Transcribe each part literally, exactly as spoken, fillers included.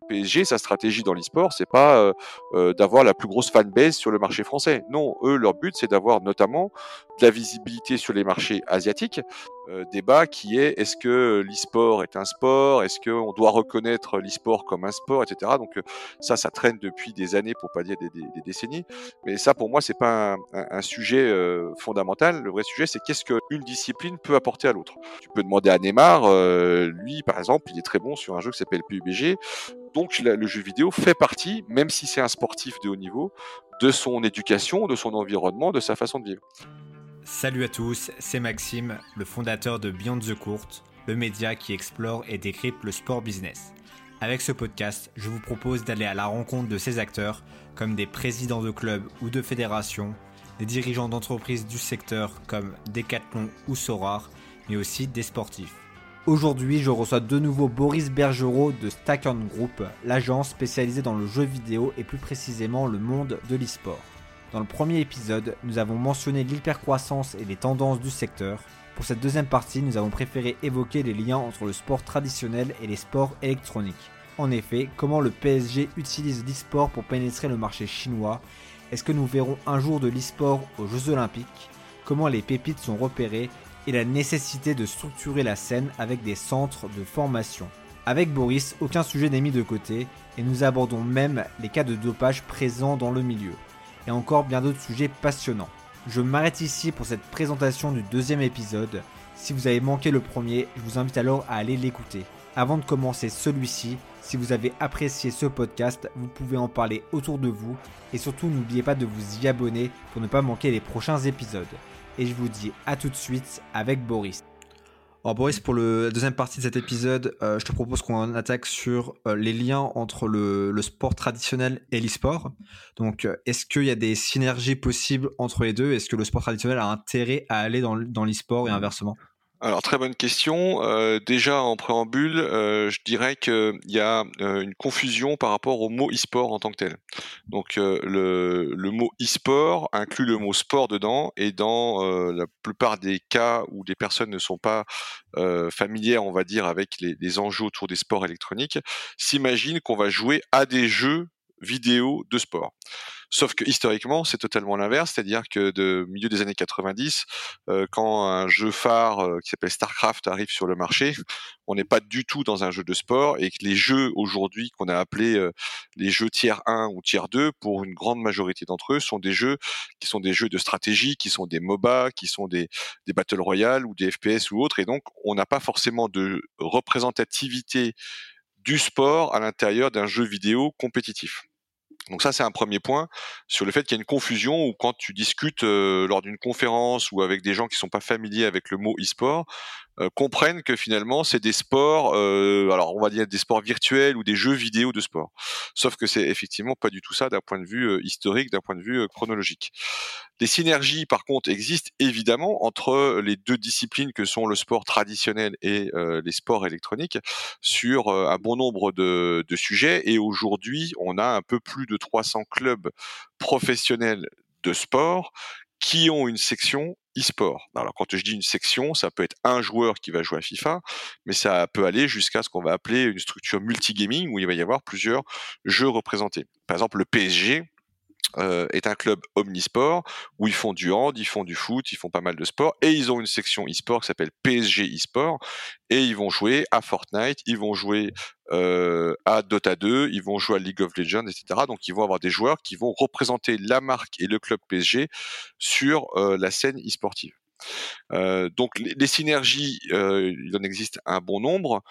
P S G, sa stratégie dans l'e-sport, c'est pas euh, euh, d'avoir la plus grosse fanbase sur le marché français. Non, eux, leur but, c'est d'avoir notamment de la visibilité sur les marchés asiatiques. Euh, débat qui est est-ce que l'e-sport est un sport, est-ce qu'on doit reconnaître l'e-sport comme un sport, et cetera. Donc euh, ça, ça traîne depuis des années, pour pas dire des, des, des décennies. Mais ça, pour moi, c'est pas un, un, un sujet euh, fondamental. Le vrai sujet, c'est qu'est-ce qu'une discipline peut apporter à l'autre. Tu peux demander à Neymar, euh, lui, par exemple, il est très bon sur un jeu qui s'appelle P U B G. Donc la, le jeu vidéo fait partie, même si c'est un sportif de haut niveau, de son éducation, de son environnement, de sa façon de vivre. Salut à tous, c'est Maxime, le fondateur de Beyond the Court, le média qui explore et décrypte le sport business. Avec ce podcast, je vous propose d'aller à la rencontre de ces acteurs, comme des présidents de clubs ou de fédérations, des dirigeants d'entreprises du secteur comme Decathlon ou Sorare, mais aussi des sportifs. Aujourd'hui, je reçois de nouveau Boris Bergerot de Stackern Group, l'agence spécialisée dans le jeu vidéo et plus précisément le monde de l'e-sport. Dans le premier épisode, nous avons mentionné l'hypercroissance et les tendances du secteur. Pour cette deuxième partie, nous avons préféré évoquer les liens entre le sport traditionnel et les sports électroniques. En effet, comment le P S G utilise l'e-sport pour pénétrer le marché chinois? Est-ce que nous verrons un jour de l'e-sport aux Jeux Olympiques? Comment les pépites sont repérées? Et la nécessité de structurer la scène avec des centres de formation. Avec Boris, aucun sujet n'est mis de côté et nous abordons même les cas de dopage présents dans le milieu. Et encore bien d'autres sujets passionnants. Je m'arrête ici pour cette présentation du deuxième épisode. Si vous avez manqué le premier, je vous invite alors à aller l'écouter. Avant de commencer celui-ci, si vous avez apprécié ce podcast, vous pouvez en parler autour de vous et surtout n'oubliez pas de vous y abonner pour ne pas manquer les prochains épisodes. Et je vous dis à tout de suite avec Boris. Alors Boris, pour le, la deuxième partie de cet épisode, euh, je te propose qu'on attaque sur euh, les liens entre le, le sport traditionnel et l'e-sport. Donc, euh, est-ce qu'il y a des synergies possibles entre les deux? Est-ce que le sport traditionnel a intérêt à aller dans, dans l'e-sport et inversement? Alors, très bonne question. Euh, déjà, en préambule, euh, je dirais qu'il y a euh, une confusion par rapport au mot e-sport en tant que tel. Donc, euh, le, le mot e-sport inclut le mot sport dedans, et dans euh, la plupart des cas où les personnes ne sont pas euh, familières, on va dire, avec les, les enjeux autour des sports électroniques, s'imaginent qu'on va jouer à des jeux vidéo de sport. Sauf que historiquement, c'est totalement l'inverse, c'est-à-dire que de milieu des années quatre-vingt-dix, euh, quand un jeu phare euh, qui s'appelle StarCraft arrive sur le marché, on n'est pas du tout dans un jeu de sport, et que les jeux aujourd'hui qu'on a appelés euh, les jeux tiers un ou tiers deux, pour une grande majorité d'entre eux, sont des jeux qui sont des jeux de stratégie, qui sont des MOBA, qui sont des, des Battle Royale ou des F P S ou autres, et donc on n'a pas forcément de représentativité du sport à l'intérieur d'un jeu vidéo compétitif. Donc ça, c'est un premier point sur le fait qu'il y a une confusion, où quand tu discutes euh, lors d'une conférence ou avec des gens qui sont pas familiers avec le mot e-sport, euh, comprennent que finalement c'est des sports, euh, alors on va dire des sports virtuels ou des jeux vidéo de sport. Sauf que c'est effectivement pas du tout ça d'un point de vue euh, historique, d'un point de vue euh, chronologique. Les synergies, par contre, existent évidemment entre les deux disciplines que sont le sport traditionnel et euh, les sports électroniques sur euh, un bon nombre de, de sujets. Et aujourd'hui, on a un peu plus de trois cents clubs professionnels de sport qui ont une section e-sport. Alors quand je dis une section, ça peut être un joueur qui va jouer à FIFA, mais ça peut aller jusqu'à ce qu'on va appeler une structure multigaming, où il va y avoir plusieurs jeux représentés. Par exemple, le P S G euh, est un club omnisport, où ils font du hand, ils font du foot, ils font pas mal de sports, et ils ont une section e-sport qui s'appelle P S G e-sport, et ils vont jouer à Fortnite, ils vont jouer euh, à Dota deux, ils vont jouer à League of Legends, et cetera. Donc ils vont avoir des joueurs qui vont représenter la marque et le club P S G sur euh, la scène e-sportive. Euh, donc les, les synergies, euh, il en existe un bon nombre,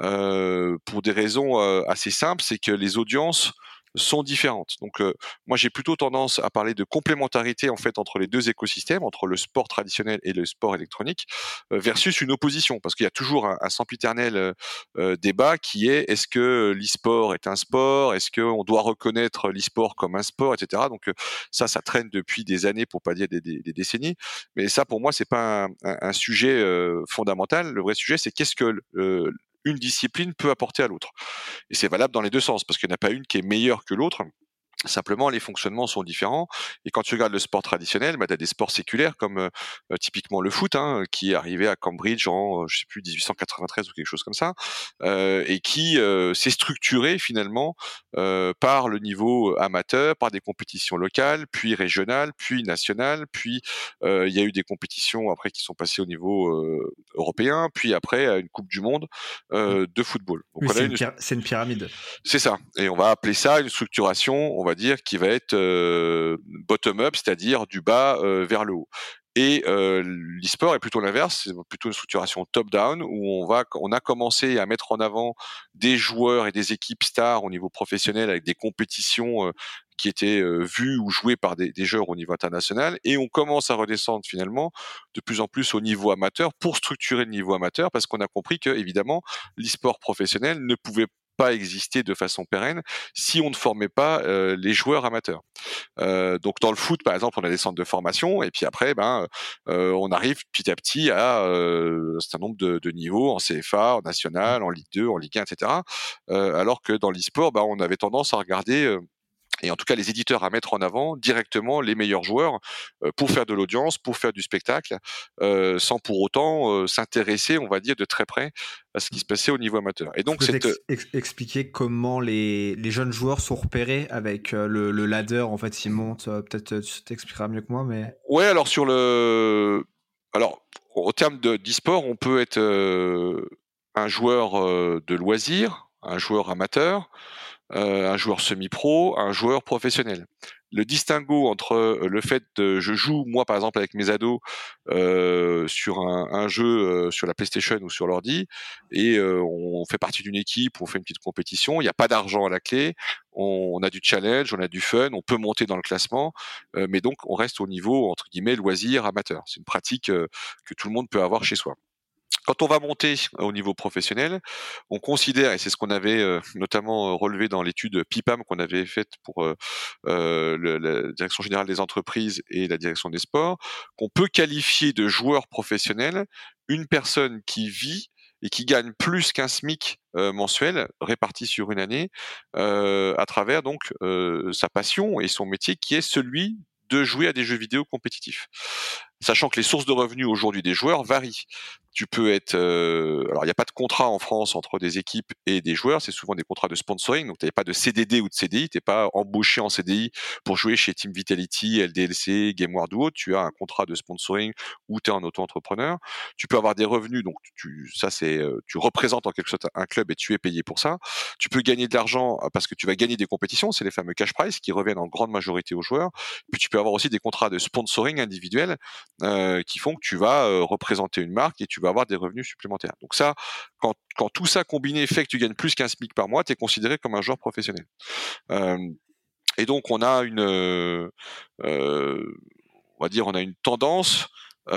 euh, pour des raisons euh, assez simples, c'est que les audiences sont différentes. Donc euh, moi j'ai plutôt tendance à parler de complémentarité en fait entre les deux écosystèmes, entre le sport traditionnel et le sport électronique, euh, versus une opposition, parce qu'il y a toujours un, un sempiternel euh, euh, débat qui est: est-ce que l'e-sport est un sport, est-ce qu'on doit reconnaître l'e-sport comme un sport, et cetera. Donc euh, ça, ça traîne depuis des années, pour pas dire des, des, des décennies. Mais ça, pour moi, c'est pas un, un, un sujet euh, fondamental. Le vrai sujet, c'est qu'est-ce que euh, une discipline peut apporter à l'autre. Et c'est valable dans les deux sens, parce qu'il n'y en a pas une qui est meilleure que l'autre. Simplement, les fonctionnements sont différents. Et quand tu regardes le sport traditionnel, bah, tu as des sports séculaires comme euh, euh, typiquement le foot, hein, qui est arrivé à Cambridge en, euh, je sais plus, dix-huit cent quatre-vingt-treize ou quelque chose comme ça, euh, et qui euh, s'est structuré finalement euh, par le niveau amateur, par des compétitions locales, puis régionales, puis nationales, puis euh, il y a eu des compétitions après qui sont passées au niveau euh, européen, puis après à une Coupe du Monde euh, de football. Donc Oui, on a c'est une, une pyra- c'est une pyramide. c'est ça. Et on va appeler ça une structuration, on va dire, qui va être euh, bottom-up, c'est-à-dire du bas euh, vers le haut. Et euh, l'e-sport est plutôt l'inverse, c'est plutôt une structuration top-down où on va, on a commencé à mettre en avant des joueurs et des équipes stars au niveau professionnel avec des compétitions euh, qui étaient euh, vues ou jouées par des, des joueurs au niveau international, et on commence à redescendre finalement de plus en plus au niveau amateur pour structurer le niveau amateur, parce qu'on a compris que évidemment l'e-sport professionnel ne pouvait pas exister de façon pérenne si on ne formait pas euh, les joueurs amateurs. Euh, donc dans le foot, par exemple, on a des centres de formation, et puis après, ben, euh, on arrive petit à petit à euh, un certain nombre de, de niveaux en C F A, en national, en Ligue deux, en Ligue un, et cetera. Euh, alors que dans l'e-sport, ben, on avait tendance à regarder euh, et en tout cas les éditeurs à mettre en avant directement les meilleurs joueurs euh, pour faire de l'audience, pour faire du spectacle, euh, sans pour autant euh, s'intéresser, on va dire, de très près à ce qui se passait au niveau amateur. Et Tu donc peux cette ex- ex- expliquer comment les, les jeunes joueurs sont repérés avec euh, le, le ladder, en fait, ils montent, euh, peut-être euh, tu t'expliqueras mieux que moi, mais... ouais, alors sur le alors au terme de d'e-sport, on peut être euh, un joueur euh, de loisir, un joueur amateur, euh, un joueur semi-pro, un joueur professionnel. Le distinguo entre euh, le fait de, je joue moi par exemple avec mes ados euh, sur un, un jeu euh, sur la PlayStation ou sur l'ordi, et euh, on fait partie d'une équipe, on fait une petite compétition, il n'y a pas d'argent à la clé, on, on a du challenge, on a du fun, on peut monter dans le classement, euh, mais donc on reste au niveau entre guillemets loisir amateur. C'est une pratique euh, que tout le monde peut avoir chez soi. Quand on va monter au niveau professionnel, on considère, et c'est ce qu'on avait euh, notamment euh, relevé dans l'étude P I P A M qu'on avait faite pour euh, euh, le, la Direction générale des entreprises et la Direction des sports, qu'on peut qualifier de joueur professionnel une personne qui vit et qui gagne plus qu'un SMIC euh, mensuel réparti sur une année euh, à travers donc euh, sa passion et son métier qui est celui de jouer à des jeux vidéo compétitifs. Sachant que les sources de revenus aujourd'hui des joueurs varient. Tu peux être, euh, alors il n'y a pas de contrat en France entre des équipes et des joueurs, c'est souvent des contrats de sponsoring, donc tu n'avais pas de C D D ou de C D I, tu n'es pas embauché en C D I pour jouer chez Team Vitality, L D L C, GameWard ou autre, tu as un contrat de sponsoring ou tu es un auto-entrepreneur. Tu peux avoir des revenus, donc tu, ça c'est, euh, tu représentes en quelque sorte un club et tu es payé pour ça. Tu peux gagner de l'argent parce que tu vas gagner des compétitions, c'est les fameux cash prize qui reviennent en grande majorité aux joueurs. Puis tu peux avoir aussi des contrats de sponsoring individuel euh, qui font que tu vas euh, représenter une marque et tu vas avoir des revenus supplémentaires. Donc ça, quand, quand tout ça combiné fait que tu gagnes plus qu'un SMIC par mois, tu es considéré comme un joueur professionnel. Euh, et donc on a une, euh, euh, on va dire, on a une tendance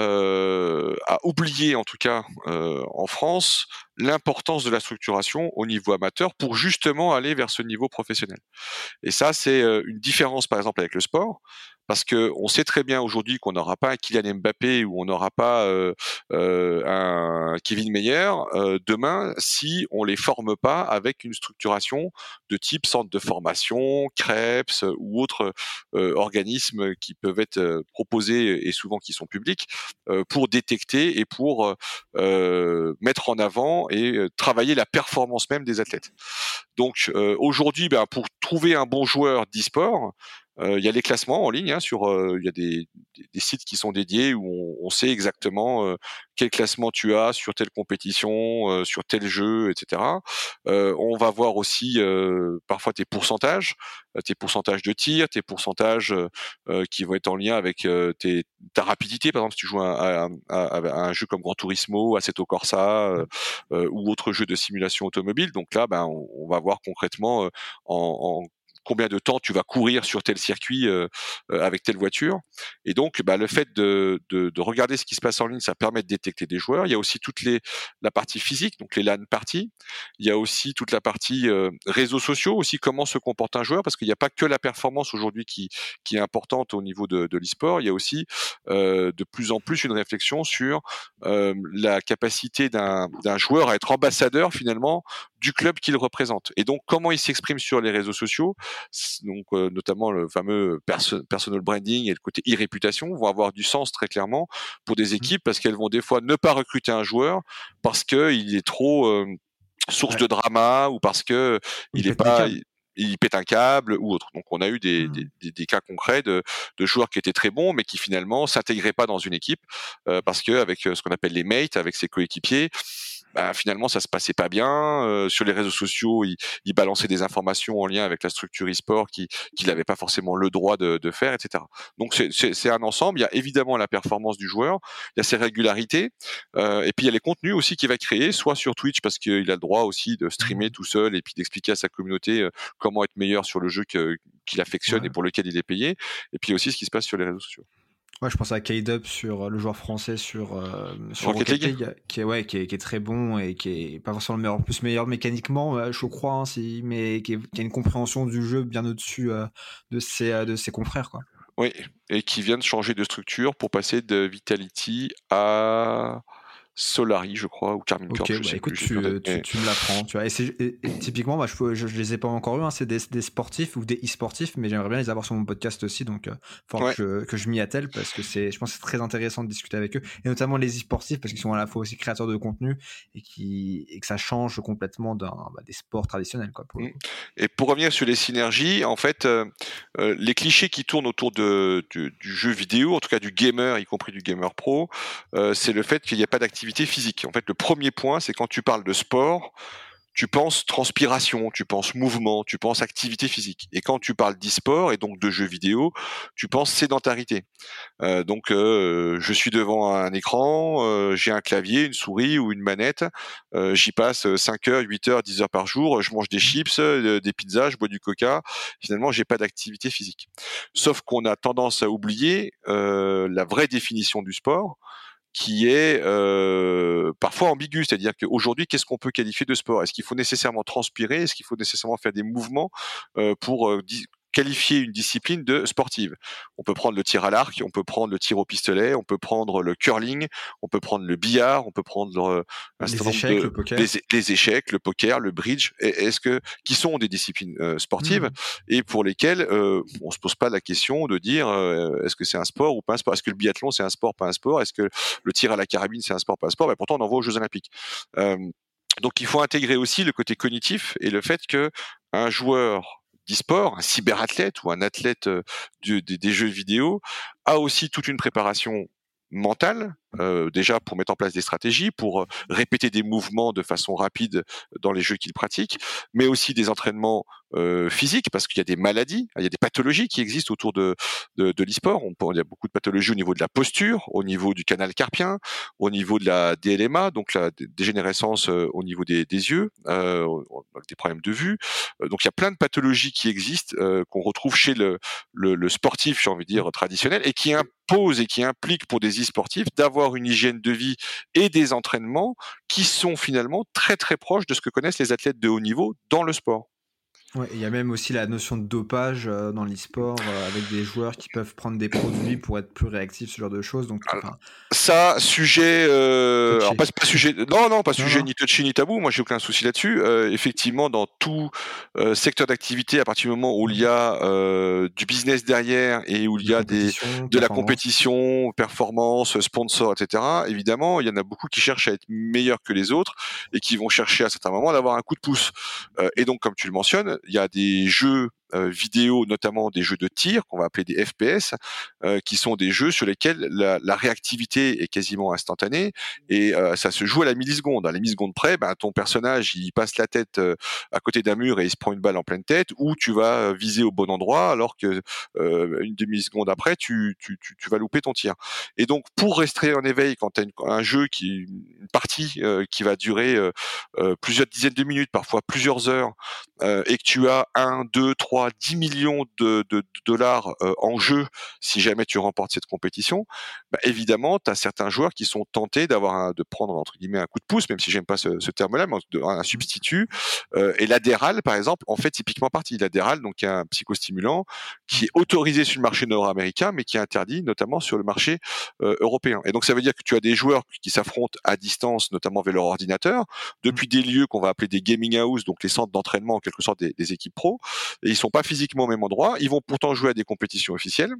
euh, à oublier, en tout cas euh, en France, l'importance de la structuration au niveau amateur pour justement aller vers ce niveau professionnel. Et ça, c'est euh, une différence, par exemple, avec le sport, parce que on sait très bien aujourd'hui qu'on n'aura pas un Kylian Mbappé ou on n'aura pas euh, euh, un Kevin Meyer euh, demain si on les forme pas avec une structuration de type centre de formation, CREPS ou autres euh, organismes qui peuvent être euh, proposés et souvent qui sont publics euh, pour détecter et pour euh, mettre en avant et euh, travailler la performance même des athlètes. Donc euh, aujourd'hui, ben, pour trouver un bon joueur d'e-sport, euh, il y a les classements en ligne, hein, sur, euh, il y a des, des, des sites qui sont dédiés où on, on sait exactement euh, quel classement tu as sur telle compétition, euh, sur tel jeu, et cetera. Euh, on va voir aussi euh, parfois tes pourcentages, euh, tes pourcentages de tir, tes pourcentages euh, qui vont être en lien avec euh, tes, ta rapidité. Par exemple, si tu joues à, à, à, à un jeu comme Gran Turismo, Assetto Corsa euh, euh, ou autre jeu de simulation automobile. Donc là, ben, on, on va voir concrètement euh, en, en combien de temps tu vas courir sur tel circuit euh, euh, avec telle voiture. Et donc, bah, le fait de, de, de regarder ce qui se passe en ligne, ça permet de détecter des joueurs. Il y a aussi toute les, la partie physique, donc les LAN parties. Il y a aussi toute la partie euh, réseaux sociaux, aussi comment se comporte un joueur, parce qu'il n'y a pas que la performance aujourd'hui qui, qui est importante au niveau de, de l'e-sport. Il y a aussi euh, de plus en plus une réflexion sur euh, la capacité d'un, d'un joueur à être ambassadeur finalement du club qu'il représente. Et donc, comment il s'exprime sur les réseaux sociaux, donc euh, notamment le fameux perso- personal branding et le côté e-réputation, vont avoir du sens très clairement pour des équipes parce qu'elles vont des fois ne pas recruter un joueur parce que il est trop euh, source Ouais. de drama ou parce que Ou il il est pète un pas câble. il, il pète un câble ou autre. Donc on a eu des, des, Mhm. des, des cas concrets de, de joueurs qui étaient très bons mais qui finalement s'intégraient pas dans une équipe euh, parce que avec ce qu'on appelle les mates, avec ses coéquipiers, bah, finalement ça se passait pas bien. Euh, sur les réseaux sociaux, il, il balançait des informations en lien avec la structure e-sport qui qu'il n'avait pas forcément le droit de, de faire, et cetera. Donc c'est, c'est, c'est un ensemble. Il y a évidemment la performance du joueur, il y a ses régularités, euh, et puis il y a les contenus aussi qu'il va créer, soit sur Twitch parce qu'il a le droit aussi de streamer Mhm. tout seul et puis d'expliquer à sa communauté euh, comment être meilleur sur le jeu que, qu'il affectionne et Ouais. pour lequel il est payé, et puis aussi ce qui se passe sur les réseaux sociaux. Ouais, je pense à K-Dub sur euh, le joueur français sur, euh, sur Rocket Rocket League. League, qui est, ouais, qui est, qui est très bon et qui est pas forcément le meilleur, plus meilleur mécaniquement, euh, je crois, hein, si, mais qui, est- qui a une compréhension du jeu bien au-dessus euh, de, ses, euh, de ses confrères, quoi. Oui, et qui vient de changer de structure pour passer de Vitality à Solari, je crois, ou Carmine Ok, Corp, je bah sais écoute, plus, j'ai plus tu, en tête. euh, tu, Mais tu me l'apprends, tu vois. Et, c'est- et- et typiquement, bah, je, peux- je, je les ai pas encore eu, hein, c'est des, des sportifs ou des e-sportifs, mais j'aimerais bien les avoir sur mon podcast aussi, donc il faut que ouais, je, que je m'y attelle parce que c'est, je pense que c'est très intéressant de discuter avec eux, et notamment les e-sportifs parce qu'ils sont à la fois aussi créateurs de contenu et, qui, et que ça change complètement d'un, bah, des sports traditionnels, quoi, pour le mm. coup. Et pour revenir sur les synergies, en fait, euh, euh, les clichés qui tournent autour de, du, du jeu vidéo, en tout cas du gamer, y compris du gamer pro, euh, c'est le fait qu'il n'y a pas d'activité physique. En fait, le premier point, c'est quand tu parles de sport, tu penses transpiration, tu penses mouvement, tu penses activité physique. Et quand tu parles d'e-sport et donc de jeux vidéo, tu penses sédentarité. Euh, donc, euh, je suis devant un écran, euh, j'ai un clavier, une souris ou une manette, euh, j'y passe cinq heures, huit heures, dix heures par jour, je mange des chips, euh, des pizzas, je bois du coca. Finalement, j'ai pas d'activité physique. Sauf qu'on a tendance à oublier euh, la vraie définition du sport, qui est euh, parfois ambigu, c'est-à-dire qu'aujourd'hui, qu'est-ce qu'on peut qualifier de sport? Est-ce qu'il faut nécessairement transpirer? Est-ce qu'il faut nécessairement faire des mouvements euh, pour euh, di- qualifier une discipline de sportive? On peut prendre le tir à l'arc, on peut prendre le tir au pistolet, on peut prendre le curling, on peut prendre le billard, on peut prendre euh, un certain Les nombre échecs, de le poker. les, les échecs, le poker, le bridge. Et Est-ce que qui sont des disciplines euh, sportives Mhm. et pour lesquelles euh, on se pose pas la question de dire euh, est-ce que c'est un sport ou pas un sport? Est-ce que le biathlon c'est un sport, pas un sport? Est-ce que le tir à la carabine, c'est un sport, pas un sport, mais pourtant on en voit aux Jeux Olympiques. Euh, donc il faut intégrer aussi le côté cognitif et le fait que un joueur d'e-sport, un cyberathlète ou un athlète euh, du- des, des jeux vidéo a aussi toute une préparation mentale, euh, déjà pour mettre en place des stratégies, pour euh, répéter des mouvements de façon rapide dans les jeux qu'il pratique, mais aussi des entraînements euh, physiques, parce qu'il y a des maladies, il y a des pathologies qui existent autour de, de, de l'e-sport. On peut, il y a beaucoup de pathologies au niveau de la posture, au niveau du canal carpien, au niveau de la D L M A, donc la dégénérescence euh, au niveau des, des yeux, euh, des problèmes de vue. Euh, donc il y a plein de pathologies qui existent, euh, qu'on retrouve chez le, le, le sportif, j'ai envie de dire, traditionnel, et qui impose et qui implique pour des e-sportifs d'avoir une hygiène de vie et des entraînements qui sont finalement très très proches de ce que connaissent les athlètes de haut niveau dans le sport. Ouais, il y a même aussi la notion de dopage euh, dans l'e-sport euh, avec des joueurs qui peuvent prendre des produits pour être plus réactifs, ce genre de choses. Donc, Alors, enfin, ça, sujet, euh, alors touché. pas, pas sujet, non, non, pas Non, sujet non. ni touchy ni tabou. Moi, j'ai aucun souci là-dessus. Euh, effectivement, dans tout euh, secteur d'activité, à partir du moment où il y Mhm. a euh, du business derrière et où il De y a des compétition, de la performance. compétition, performance, sponsor, et cetera. Évidemment, il y en a beaucoup qui cherchent à être meilleurs que les autres et qui vont chercher à certains moments d'avoir un coup de pouce. Euh, et donc, comme tu le mentionnes, il y a des jeux euh, vidéo, notamment des jeux de tir qu'on va appeler des F P S, euh, qui sont des jeux sur lesquels la, la réactivité est quasiment instantanée et euh, ça se joue à la milliseconde. À la milliseconde près, ben, ton personnage il passe la tête euh, à côté d'un mur et il se prend une balle en pleine tête, ou tu vas viser au bon endroit alors que euh, une demi-seconde après tu, tu, tu, tu vas louper ton tir. Et donc pour rester en éveil quand tu as un jeu qui une partie euh, qui va durer euh, euh, plusieurs dizaines de minutes, parfois plusieurs heures, euh, et que tu as un, deux, trois crois, dix millions de, de, de dollars euh, en jeu si jamais tu remportes cette compétition, bah, évidemment, tu as certains joueurs qui sont tentés d'avoir un, de prendre entre guillemets un coup de pouce, même si j'aime pas ce, ce terme-là, mais un substitut. Euh, et l'Adderall, par exemple, en fait typiquement partie. L'Adderall, donc un psychostimulant qui est autorisé sur le marché nord-américain, mais qui est interdit notamment sur le marché euh, européen. Et donc ça veut dire que tu as des joueurs qui s'affrontent à distance, notamment avec leur ordinateur, depuis des lieux qu'on va appeler des gaming house, donc les centres d'entraînement en quelque sorte des, des équipes pro. Et ils sont pas physiquement au même endroit. Ils vont pourtant jouer à des compétitions officielles.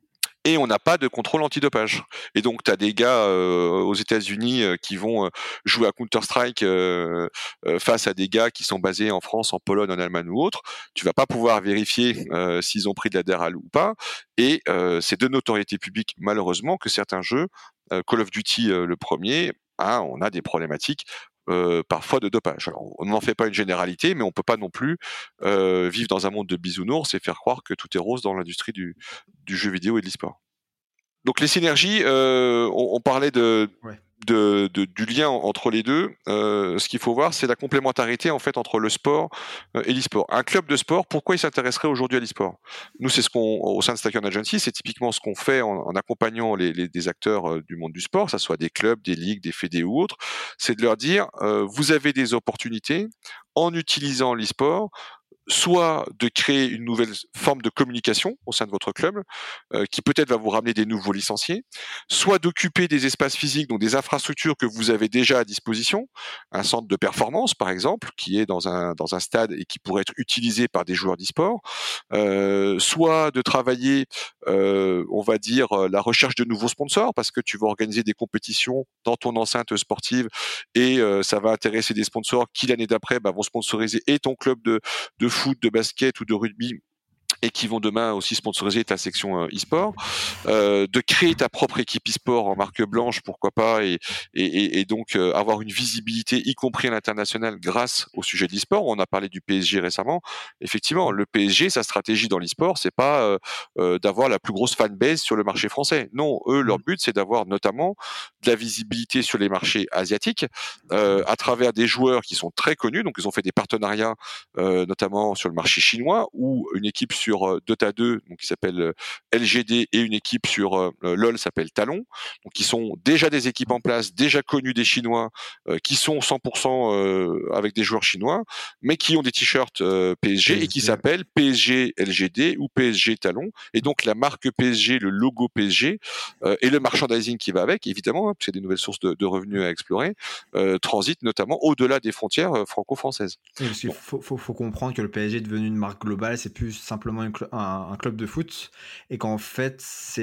Et on n'a pas de contrôle antidopage. Et donc, tu as des gars euh, aux États-Unis euh, qui vont euh, jouer à Counter-Strike euh, euh, face à des gars qui sont basés en France, en Pologne, en Allemagne ou autre. Tu vas pas pouvoir vérifier euh, s'ils ont pris de l'Adderall ou pas. Et euh, c'est de notoriété publique, malheureusement, que certains jeux, euh, Call of Duty euh, le premier, hein, on a des problématiques Euh, parfois de dopage. Alors, on n'en fait pas une généralité, mais on peut pas non plus euh, vivre dans un monde de bisounours et faire croire que tout est rose dans l'industrie du, du jeu vidéo et de l'e-sport. Donc les synergies, euh, on, on parlait de, Ouais. de, de, du lien entre les deux. Euh, ce qu'il faut voir, c'est la complémentarité en fait entre le sport euh, et l'e-sport. Un club de sport, pourquoi il s'intéresserait aujourd'hui à l'e-sport? Nous, c'est ce qu'on, au sein de Stack Agency, c'est typiquement ce qu'on fait en, en accompagnant les, les, des acteurs euh, du monde du sport, que ça soit des clubs, des ligues, des fédés ou autres, c'est de leur dire, euh, vous avez des opportunités en utilisant l'e-sport, soit de créer une nouvelle forme de communication au sein de votre club, euh, qui peut-être va vous ramener des nouveaux licenciés, soit d'occuper des espaces physiques, donc des infrastructures que vous avez déjà à disposition, un centre de performance par exemple, qui est dans un dans un stade et qui pourrait être utilisé par des joueurs d'e-sport, euh, soit de travailler, euh, on va dire, la recherche de nouveaux sponsors, parce que tu vas organiser des compétitions dans ton enceinte sportive et euh, ça va intéresser des sponsors qui l'année d'après bah, vont sponsoriser et ton club de de foot, de basket ou de rugby et qui vont demain aussi sponsoriser ta section euh, e-sport, euh, de créer ta propre équipe e-sport en marque blanche, pourquoi pas, et, et, et donc euh, avoir une visibilité, y compris à l'international, grâce au sujet de l'e-sport. On a parlé du P S G récemment. Effectivement, le P S G, sa stratégie dans l'e-sport, c'est pas euh, euh, d'avoir la plus grosse fanbase sur le marché français. Non, eux, leur but, c'est d'avoir notamment de la visibilité sur les marchés asiatiques euh, à travers des joueurs qui sont très connus. Donc, ils ont fait des partenariats, euh, notamment sur le marché chinois, ou une équipe sur sur Dota deux, donc qui s'appelle L G D, et une équipe sur euh, LoL s'appelle Talon. Donc qui sont déjà des équipes en place, déjà connues des Chinois, euh, qui sont cent pour cent euh, avec des joueurs chinois, mais qui ont des t-shirts euh, P S G P S G et qui s'appellent P S G L G D ou P S G Talon. Et donc la marque P S G, le logo P S G euh, et le merchandising qui va avec, évidemment, hein, parce qu'il y a des nouvelles sources de, de revenus à explorer, euh, transitent notamment au-delà des frontières euh, franco-françaises. Oui, parce qu'il faut, faut, faut comprendre que le P S G est devenu une marque globale, c'est plus simplement une cl- un, un club de foot, et qu'en fait,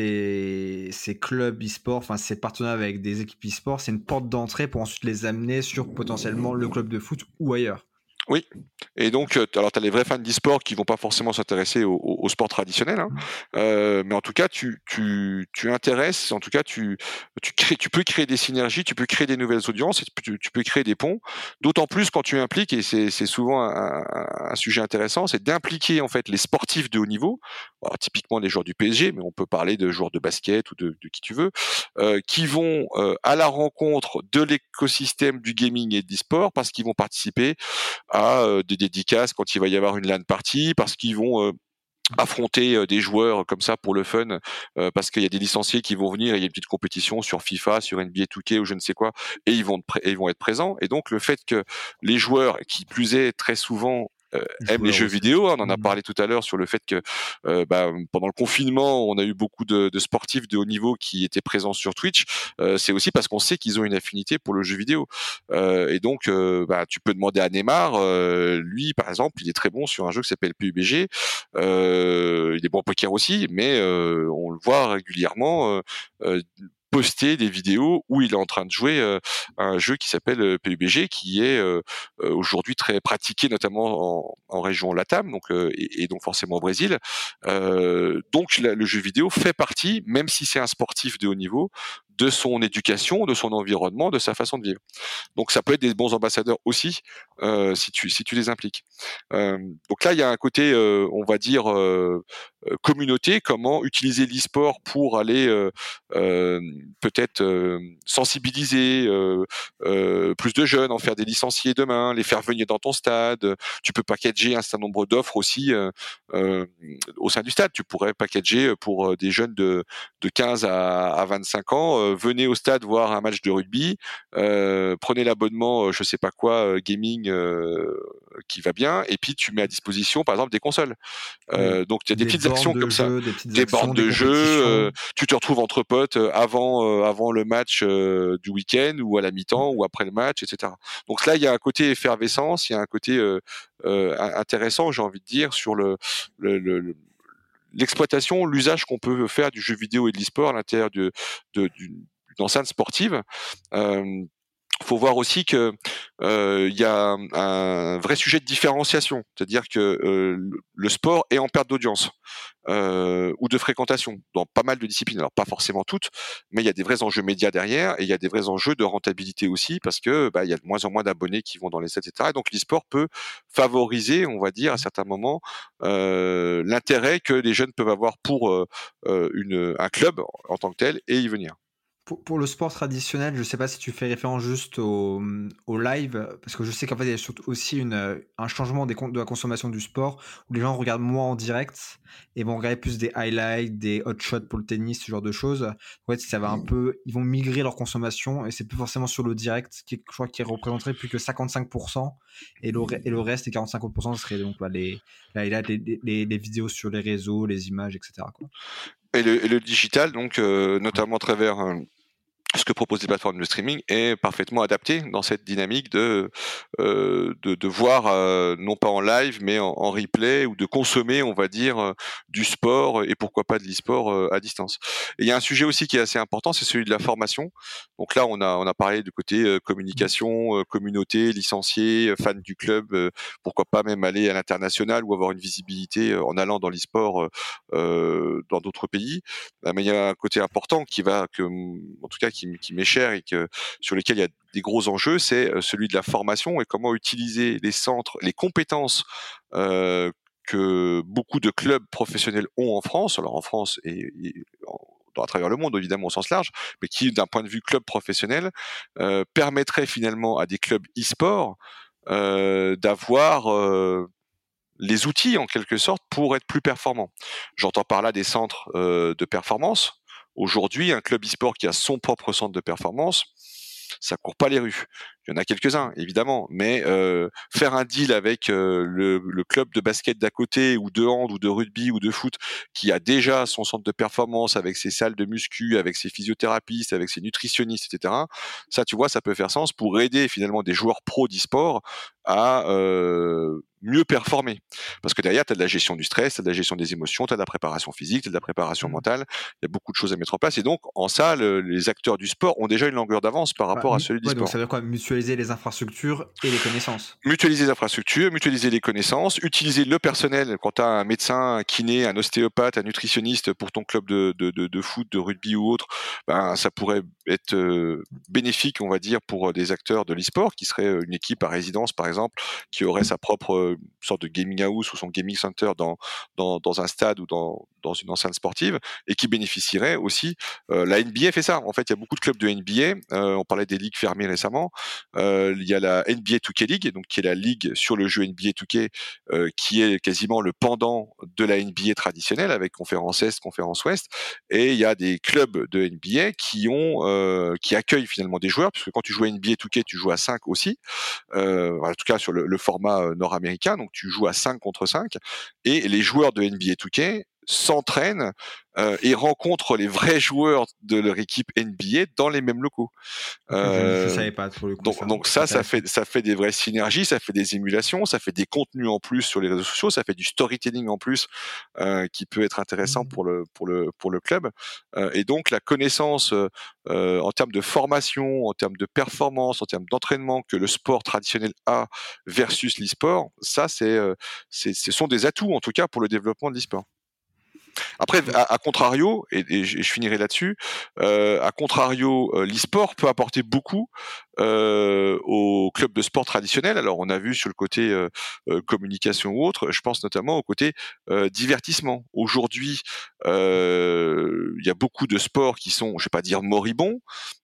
ces, ces clubs e-sport, enfin ces partenaires avec des équipes e-sport, c'est une porte d'entrée pour ensuite les amener sur potentiellement le club de foot ou ailleurs. Oui, et donc, euh, alors tu as les vrais fans d'e-sport qui vont pas forcément s'intéresser au, au, au sport traditionnel, hein. euh, mais en tout cas, tu, tu, tu intéresses, en tout cas, tu, tu, crées, tu peux créer des synergies, tu peux créer des nouvelles audiences, et tu, tu peux créer des ponts, d'autant plus quand tu impliques, et c'est, c'est souvent un, un, un sujet intéressant, c'est d'impliquer en fait les sportifs de haut niveau, alors, typiquement les joueurs du P S G, mais on peut parler de joueurs de basket ou de, de qui tu veux, euh, qui vont euh, à la rencontre de l'écosystème du gaming et de l'e-sport parce qu'ils vont participer à euh, des dédicaces quand il va y avoir une LAN party, parce qu'ils vont euh, affronter euh, des joueurs comme ça pour le fun, euh, parce qu'il y a des licenciés qui vont venir, il y a une petite compétition sur FIFA, sur N B A deux K ou je ne sais quoi, et ils vont, et ils vont être présents. Et donc le fait que les joueurs, qui plus est très souvent Euh, aiment les jeux aussi. vidéo. On en a parlé tout à l'heure sur le fait que euh, bah, pendant le confinement, on a eu beaucoup de, de sportifs de haut niveau qui étaient présents sur Twitch. Euh, c'est aussi parce qu'on sait qu'ils ont une affinité pour le jeu vidéo. Euh, et donc, euh, bah, tu peux demander à Neymar. Euh, lui, par exemple, il est très bon sur un jeu qui s'appelle P U B G. Euh, il est bon au poker aussi, mais euh, on le voit régulièrement. Euh, euh, poster des vidéos où il est en train de jouer euh, un jeu qui s'appelle euh, P U B G, qui est euh, aujourd'hui très pratiqué notamment en, en région LATAM, donc euh, et, et donc forcément au Brésil. Euh, donc la, le jeu vidéo fait partie, même si c'est un sportif de haut niveau, de son éducation, de son environnement, de sa façon de vivre. Donc ça peut être des bons ambassadeurs aussi euh, si tu si tu les impliques. Euh, donc là, il y a un côté, euh, on va dire, euh, euh, communauté. Comment utiliser l'e-sport pour aller euh, euh, peut-être euh, sensibiliser euh, euh, plus de jeunes, en faire des licenciés demain, les faire venir dans ton stade. Tu peux packager un certain nombre d'offres aussi euh, euh, au sein du stade. Tu pourrais packager pour euh, des jeunes de de quinze à, à vingt-cinq ans. Euh, venez au stade voir un match de rugby. Euh, prenez l'abonnement, euh, je sais pas quoi, euh, gaming euh, qui va bien, et puis tu mets à disposition, par exemple, des consoles. Oui. Euh, donc il y a des Des petites bornes actions de comme ça, jeu, des petites des bornes actions, des de jeu. Euh, compétitions. tu te retrouves entre potes euh, avant euh, avant le match euh, du week-end ou à la mi-temps ou après le match, et cetera. Donc là, il y a un côté effervescence, il y a un côté euh, euh, intéressant, j'ai envie de dire, sur le, le, le, le l'exploitation, l'usage qu'on peut faire du jeu vidéo et de l'e-sport à l'intérieur de, de, d'une, d'une enceinte sportive. Euh, faut voir aussi que euh, il y a un, un vrai sujet de différenciation, c'est-à-dire que euh, le sport est en perte d'audience euh, ou de fréquentation dans pas mal de disciplines. Alors pas forcément toutes, mais il y a des vrais enjeux médias derrière et il y a des vrais enjeux de rentabilité aussi parce que bah, il y a de moins en moins d'abonnés qui vont dans les stades, et cetera. Et donc l'e-sport peut favoriser, on va dire, à certains moments, euh, l'intérêt que les jeunes peuvent avoir pour euh, euh, une, un club en tant que tel et y venir. Pour, pour le sport traditionnel, je sais pas si tu fais référence juste au, au live, parce que je sais qu'en fait, il y a surtout aussi une, euh, un changement des, con- de la consommation du sport, où les gens regardent moins en direct et vont regarder plus des highlights, des hot shots pour le tennis, ce genre de choses. En fait, ça va un peu, ils vont migrer leur consommation et c'est plus forcément sur le direct, qui, je crois, qui représenterait plus que cinquante-cinq pour cent et le, re- et le reste, les quarante-cinq pour cent, ce serait donc bah, les, les highlights, les, les, les vidéos sur les réseaux, les images, et cetera quoi. Et le, et le digital, donc euh, notamment à travers euh, ce que proposent les plateformes de streaming, est parfaitement adapté dans cette dynamique de euh, de, de voir euh, non pas en live mais en, en replay ou de consommer, on va dire, euh, du sport et pourquoi pas de l'e-sport euh, à distance. Et il y a un sujet aussi qui est assez important, c'est celui de la formation. Donc là, on a on a parlé du côté euh, communication, euh, communauté, licenciés, euh, fans du club, euh, pourquoi pas même aller à l'international ou avoir une visibilité euh, en allant dans l'e-sport euh, euh, dans d'autres pays. Euh, Mais il y a un côté important qui va que en tout cas qui qui m'est cher et que sur lesquels il y a des gros enjeux, c'est euh, celui de la formation et comment utiliser les centres, les compétences euh, que beaucoup de clubs professionnels ont en France, alors en France et, et en, à travers le monde évidemment au sens large, mais qui d'un point de vue club professionnel euh, permettrait finalement à des clubs e-sport euh, d'avoir euh, les outils en quelque sorte pour être plus performants. J'entends par là des centres euh, de performance. Aujourd'hui, un club e-sport qui a son propre centre de performance, ça court pas les rues. Il y en a quelques-uns, évidemment, mais euh, faire un deal avec euh, le, le club de basket d'à côté, ou de hand, ou de rugby, ou de foot, qui a déjà son centre de performance avec ses salles de muscu, avec ses physiothérapeutes, avec ses nutritionnistes, et cetera. Ça, tu vois, ça peut faire sens pour aider finalement des joueurs pro d'e-sport à euh, mieux performer. Parce que derrière, tu as de la gestion du stress, tu as de la gestion des émotions, tu as de la préparation physique, tu as de la préparation Mm. mentale. Il y a beaucoup de choses à mettre en place. Et donc, en ça, le, les acteurs du sport ont déjà une longueur d'avance par Bah, rapport à mu- celui du ouais, donc sport. ça veut dire quoi? Mutualiser les infrastructures et les connaissances. Mutualiser les infrastructures, mutualiser les connaissances, utiliser le personnel quand tu as un médecin, un kiné, un ostéopathe, un nutritionniste pour ton club de, de, de, de foot, de rugby ou autre, ben, ça pourrait être euh, bénéfique, on va dire, pour des acteurs de l'e-sport, qui serait une équipe à résidence, par exemple, qui aurait sa propre euh, sorte de gaming house ou son gaming center dans, dans, dans un stade ou dans, dans une enceinte sportive, et qui bénéficierait aussi. Euh, la N B A fait ça. En fait, il y a beaucoup de clubs de N B A. Euh, on parlait des ligues fermées récemment. Euh, il y a la N B A deux K League, donc qui est la ligue sur le jeu N B A deux K, euh, qui est quasiment le pendant de la N B A traditionnelle avec conférence Est, conférence Ouest. Et il y a des clubs de N B A qui ont, euh, qui accueillent finalement des joueurs, puisque quand tu joues à N B A deux K, tu joues à cinq aussi. Euh, en tout cas sur le, le format euh, nord-américain, donc tu joues à cinq contre cinq. Et les joueurs de N B A deux K s'entraînent euh, et rencontrent les vrais joueurs de leur équipe N B A dans les mêmes locaux. Ok, je, je Euh, savais pas pour le coup donc, ça. donc C'est ça, ça intéressant. fait, ça fait des vraies synergies, ça fait des émulations, ça fait des contenus en plus sur les réseaux sociaux, ça fait du storytelling en plus euh, qui peut être intéressant Mm. pour le pour le pour le club. Euh, et donc la connaissance euh, en termes de formation, en termes de performance, en termes d'entraînement que le sport traditionnel a versus l'e-sport, ça c'est, euh, c'est ce sont des atouts en tout cas pour le développement de l'e-sport. Après, à, à contrario, et, et, je, et je finirai là-dessus, euh, à contrario, euh, l'e-sport peut apporter beaucoup euh, aux clubs de sport traditionnels. Alors, on a vu sur le côté euh, euh, communication ou autre, je pense notamment au côté euh, divertissement. Aujourd'hui, euh, il y a beaucoup de sports qui sont, je vais pas dire moribonds,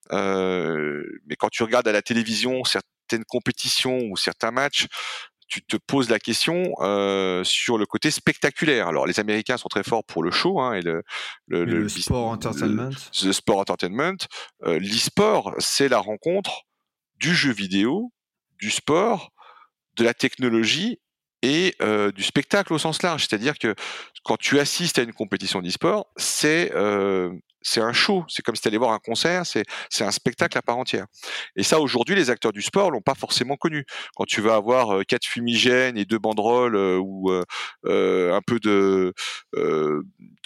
euh, mais quand tu regardes à la télévision certaines compétitions ou certains matchs, tu te poses la question euh, sur le côté spectaculaire. Alors les Américains sont très forts pour le show hein, et le le, Mais le, le sport le, entertainment. le sport entertainment. Euh, l'e-sport, c'est la rencontre du jeu vidéo, du sport, de la technologie et euh, du spectacle au sens large. C'est-à-dire que quand tu assistes à une compétition d'e-sport, c'est euh, c'est un show. C'est comme si tu allais voir un concert. C'est c'est un spectacle à part entière. Et ça, aujourd'hui, les acteurs du sport l'ont pas forcément connu. Quand tu vas avoir euh, quatre fumigènes et deux banderoles euh, ou euh, euh, un peu de euh,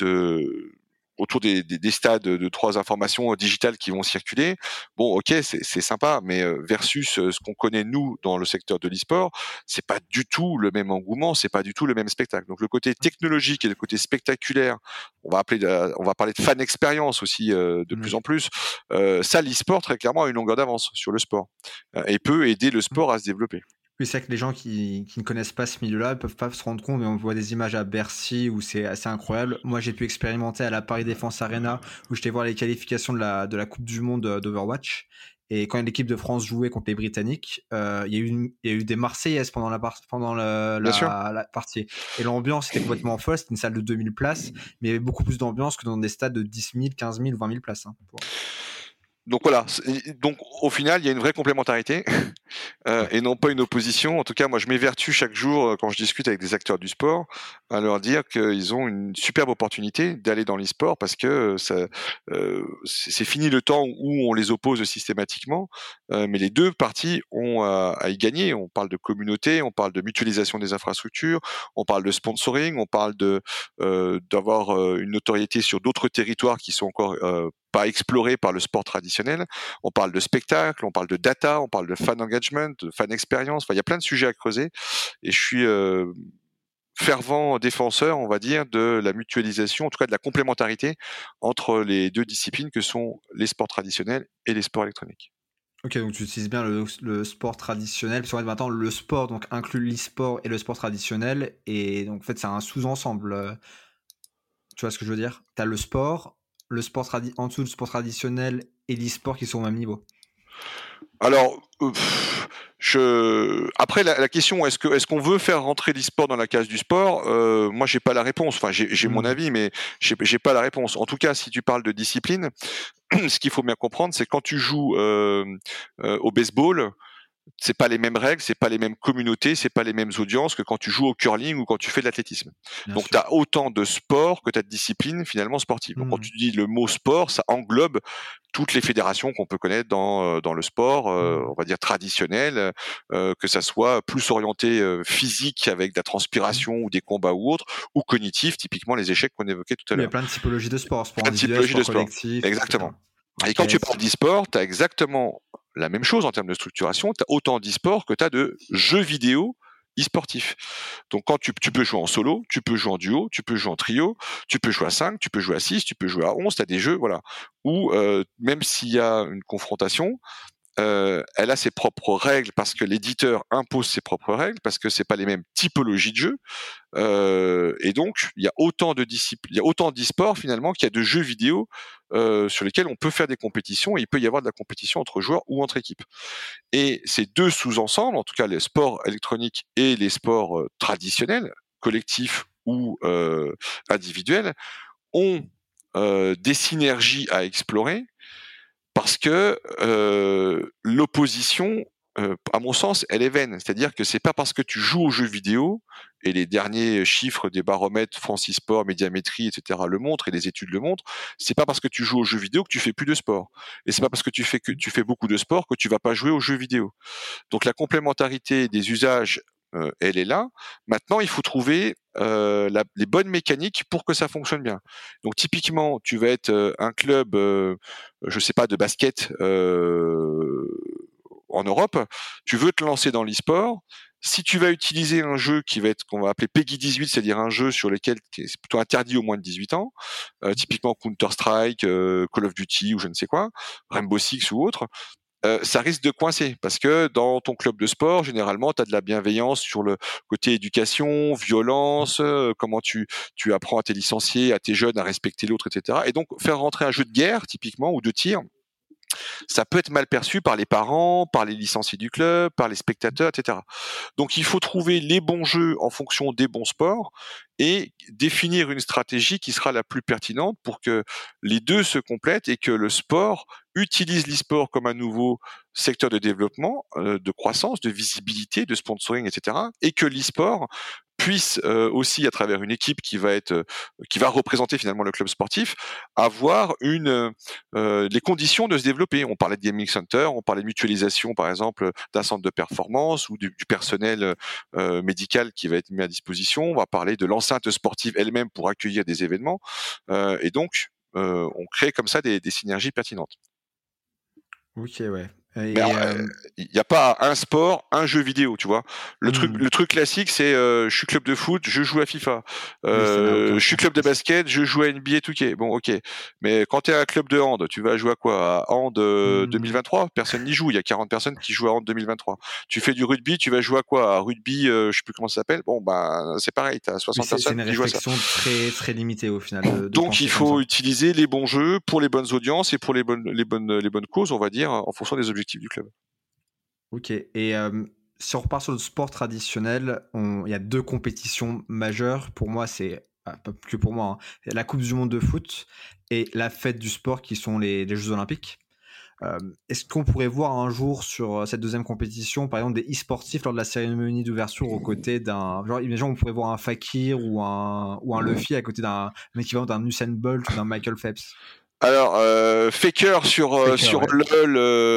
de autour des, des, des stades de trois informations digitales qui vont circuler. Bon, ok, c'est, c'est sympa, mais versus ce qu'on connaît nous dans le secteur de l'e-sport, c'est pas du tout le même engouement, c'est pas du tout le même spectacle. Donc le côté technologique et le côté spectaculaire, on va appeler, de, on va parler de fan expérience aussi euh, de mmh. plus en plus. Euh, ça, l'e-sport très clairement a une longueur d'avance sur le sport euh, et peut aider le sport à se développer. Oui, c'est vrai que les gens qui, qui ne connaissent pas ce milieu-là ne peuvent pas se rendre compte, mais on voit des images à Bercy où c'est assez incroyable. Moi, j'ai pu expérimenter à la Paris Défense Arena où j'étais voir les qualifications de la, de la Coupe du Monde d'Overwatch. Et quand l'équipe de France jouait contre les Britanniques, euh, il y a eu une, il y a eu des Marseillaises pendant la, par, pendant le, la, la partie. Et l'ambiance était complètement folle. C'était une salle de deux mille places, mais il y avait beaucoup plus d'ambiance que dans des stades de dix mille, quinze mille, vingt mille places. Hein, pour... Donc voilà, donc au final, il y a une vraie complémentarité euh, ouais. et non pas une opposition. En tout cas, moi, je m'évertue chaque jour quand je discute avec des acteurs du sport à leur dire qu'ils ont une superbe opportunité d'aller dans l'e-sport parce que ça, euh, c'est fini le temps où on les oppose systématiquement, euh, mais les deux parties ont à, à y gagner. On parle de communauté, on parle de mutualisation des infrastructures, on parle de sponsoring, on parle de euh, d'avoir une notoriété sur d'autres territoires qui sont encore euh, pas explorés par le sport traditionnel. On parle de spectacle, on parle de data, on parle de fan engagement, de fan experience. Enfin, il y a plein de sujets à creuser. Et je suis euh, fervent défenseur, on va dire, de la mutualisation, en tout cas de la complémentarité entre les deux disciplines que sont les sports traditionnels et les sports électroniques. Ok, donc tu utilises bien le, le sport traditionnel, parce qu'en fait maintenant le sport donc inclut l'e-sport et le sport traditionnel, et donc en fait c'est un sous-ensemble. Tu vois ce que je veux dire? Tu as le sport, le sport tradi- en dessous du sport traditionnel et l'e-sport qui sont au même niveau. Alors, euh, je... après la, la question, est-ce que est-ce qu'on veut faire rentrer l'e-sport dans la case du sport? euh, Moi, j'ai pas la réponse. Enfin, j'ai, j'ai mmh. mon avis, mais j'ai, j'ai pas la réponse. En tout cas, si tu parles de discipline, ce qu'il faut bien comprendre, c'est quand tu joues euh, euh, au baseball, c'est pas les mêmes règles, c'est pas les mêmes communautés, c'est pas les mêmes audiences que quand tu joues au curling ou quand tu fais de l'athlétisme. Bien Donc tu as autant de sport que tu as de discipline finalement sportive. Donc mmh. quand tu dis le mot sport, ça englobe toutes les fédérations qu'on peut connaître dans dans le sport, euh, on va dire traditionnel, euh, que ça soit plus orienté euh, physique avec de la transpiration mmh. ou des combats ou autres, ou cognitif, typiquement les échecs qu'on évoquait tout à l'heure. Il y a plein de typologies de sport, sport plein individuel, sport de sport collectif. Exactement. Et quand tu parles d'e-sport, tu as exactement la même chose en termes de structuration. Tu as autant d'e-sport que tu as de jeux vidéo e-sportifs. Donc quand tu, tu peux jouer en solo, tu peux jouer en duo, tu peux jouer en trio, tu peux jouer à cinq, tu peux jouer à six, tu peux jouer à onze, tu as des jeux voilà, où euh, même s'il y a une confrontation, Euh, elle a ses propres règles parce que l'éditeur impose ses propres règles, parce que c'est pas les mêmes typologies de jeux. Euh, et donc, il y a autant de disciplines, il y a autant d'e-sport finalement qu'il y a de jeux vidéo euh, sur lesquels on peut faire des compétitions et il peut y avoir de la compétition entre joueurs ou entre équipes. Et ces deux sous-ensembles, en tout cas les sports électroniques et les sports euh, traditionnels, collectifs ou euh, individuels, ont euh, des synergies à explorer parce que euh, l'opposition, euh, à mon sens, elle est vaine. C'est-à-dire que c'est pas parce que tu joues aux jeux vidéo, et les derniers chiffres des baromètres France e-sport, Médiamétrie, et cetera le montrent, et les études le montrent, c'est pas parce que tu joues aux jeux vidéo que tu fais plus de sport. Et c'est pas parce que tu fais que tu fais beaucoup de sport que tu vas pas jouer aux jeux vidéo. Donc la complémentarité des usages, euh, elle est là. Maintenant, il faut trouver euh, la, les bonnes mécaniques pour que ça fonctionne bien. Donc typiquement, tu vas être euh, un club, euh, je sais pas, de basket euh, en Europe, tu veux te lancer dans l'e-sport, Si tu vas utiliser un jeu qui va être qu'on va appeler Peggy dix-huit, c'est-à-dire un jeu sur lequel c'est plutôt interdit aux moins de dix-huit ans, euh, typiquement Counter-Strike, euh, Call of Duty ou je ne sais quoi, Rainbow Six ou autre, euh, ça risque de coincer parce que dans ton club de sport, généralement, tu as de la bienveillance sur le côté éducation, violence, euh, comment tu, tu apprends à tes licenciés, à tes jeunes à respecter l'autre, et cetera. Et donc, faire rentrer un jeu de guerre, typiquement, ou de tir, ça peut être mal perçu par les parents, par les licenciés du club, par les spectateurs, et cetera. Donc il faut trouver les bons jeux en fonction des bons sports et définir une stratégie qui sera la plus pertinente pour que les deux se complètent et que le sport utilise l'e-sport comme un nouveau secteur de développement, euh, de croissance, de visibilité, de sponsoring, et cetera. Et que l'e-sport puisse euh, aussi, à travers une équipe qui va être, euh, qui va représenter finalement le club sportif, avoir une euh, les conditions de se développer. On parlait de gaming center, on parlait de mutualisation, par exemple, d'un centre de performance ou du, du personnel euh, médical qui va être mis à disposition. On va parler de l'enceinte sportive elle-même pour accueillir des événements. Euh, et donc, euh, on crée comme ça des, des synergies pertinentes. Ok, ouais. Et, Mais euh... il n'y a pas un sport, un jeu vidéo, tu vois. Le mmh. truc, le truc classique, c'est euh, je suis club de foot, je joue à FIFA. Oui, ça n'a aucun Euh, je suis sens. club de basket, je joue à N B A deux K. Bon, ok. Mais quand tu es un club de hand, tu vas jouer à quoi? À hand euh, Mmh. deux mille vingt-trois? Personne n'y joue. Il y a quarante personnes qui jouent à hand deux mille vingt-trois. Tu fais du rugby, tu vas jouer à quoi? À rugby, euh, je sais plus comment ça s'appelle. Bon, bah c'est pareil. Tu as Oui, soixante c'est, c'est personnes une qui jouent à ça. réflexion très, très limitée au final de, de Donc il penser comme faut ça. utiliser les bons jeux pour les bonnes audiences et pour les bonnes, les bonnes, les bonnes causes, on va dire, en fonction des objectifs du club. Ok. Et euh, si on repart sur le sport traditionnel, on- il y a deux compétitions majeures. Pour moi, c'est ah, pas que pour moi, hein, la Coupe du Monde de foot et la fête du sport qui sont les, les Jeux Olympiques. Euh, est-ce qu'on pourrait voir un jour sur cette deuxième compétition, par exemple, des e-sportifs lors de la cérémonie d'ouverture aux côtés d'un. Genre, imaginons, on pourrait voir un Fakir ou un, ou un Luffy à côté d'un un équivalent d'un Usain Bolt ou d'un Michael Phelps. Alors, euh, Faker sur euh, Faker, sur ouais. LoL.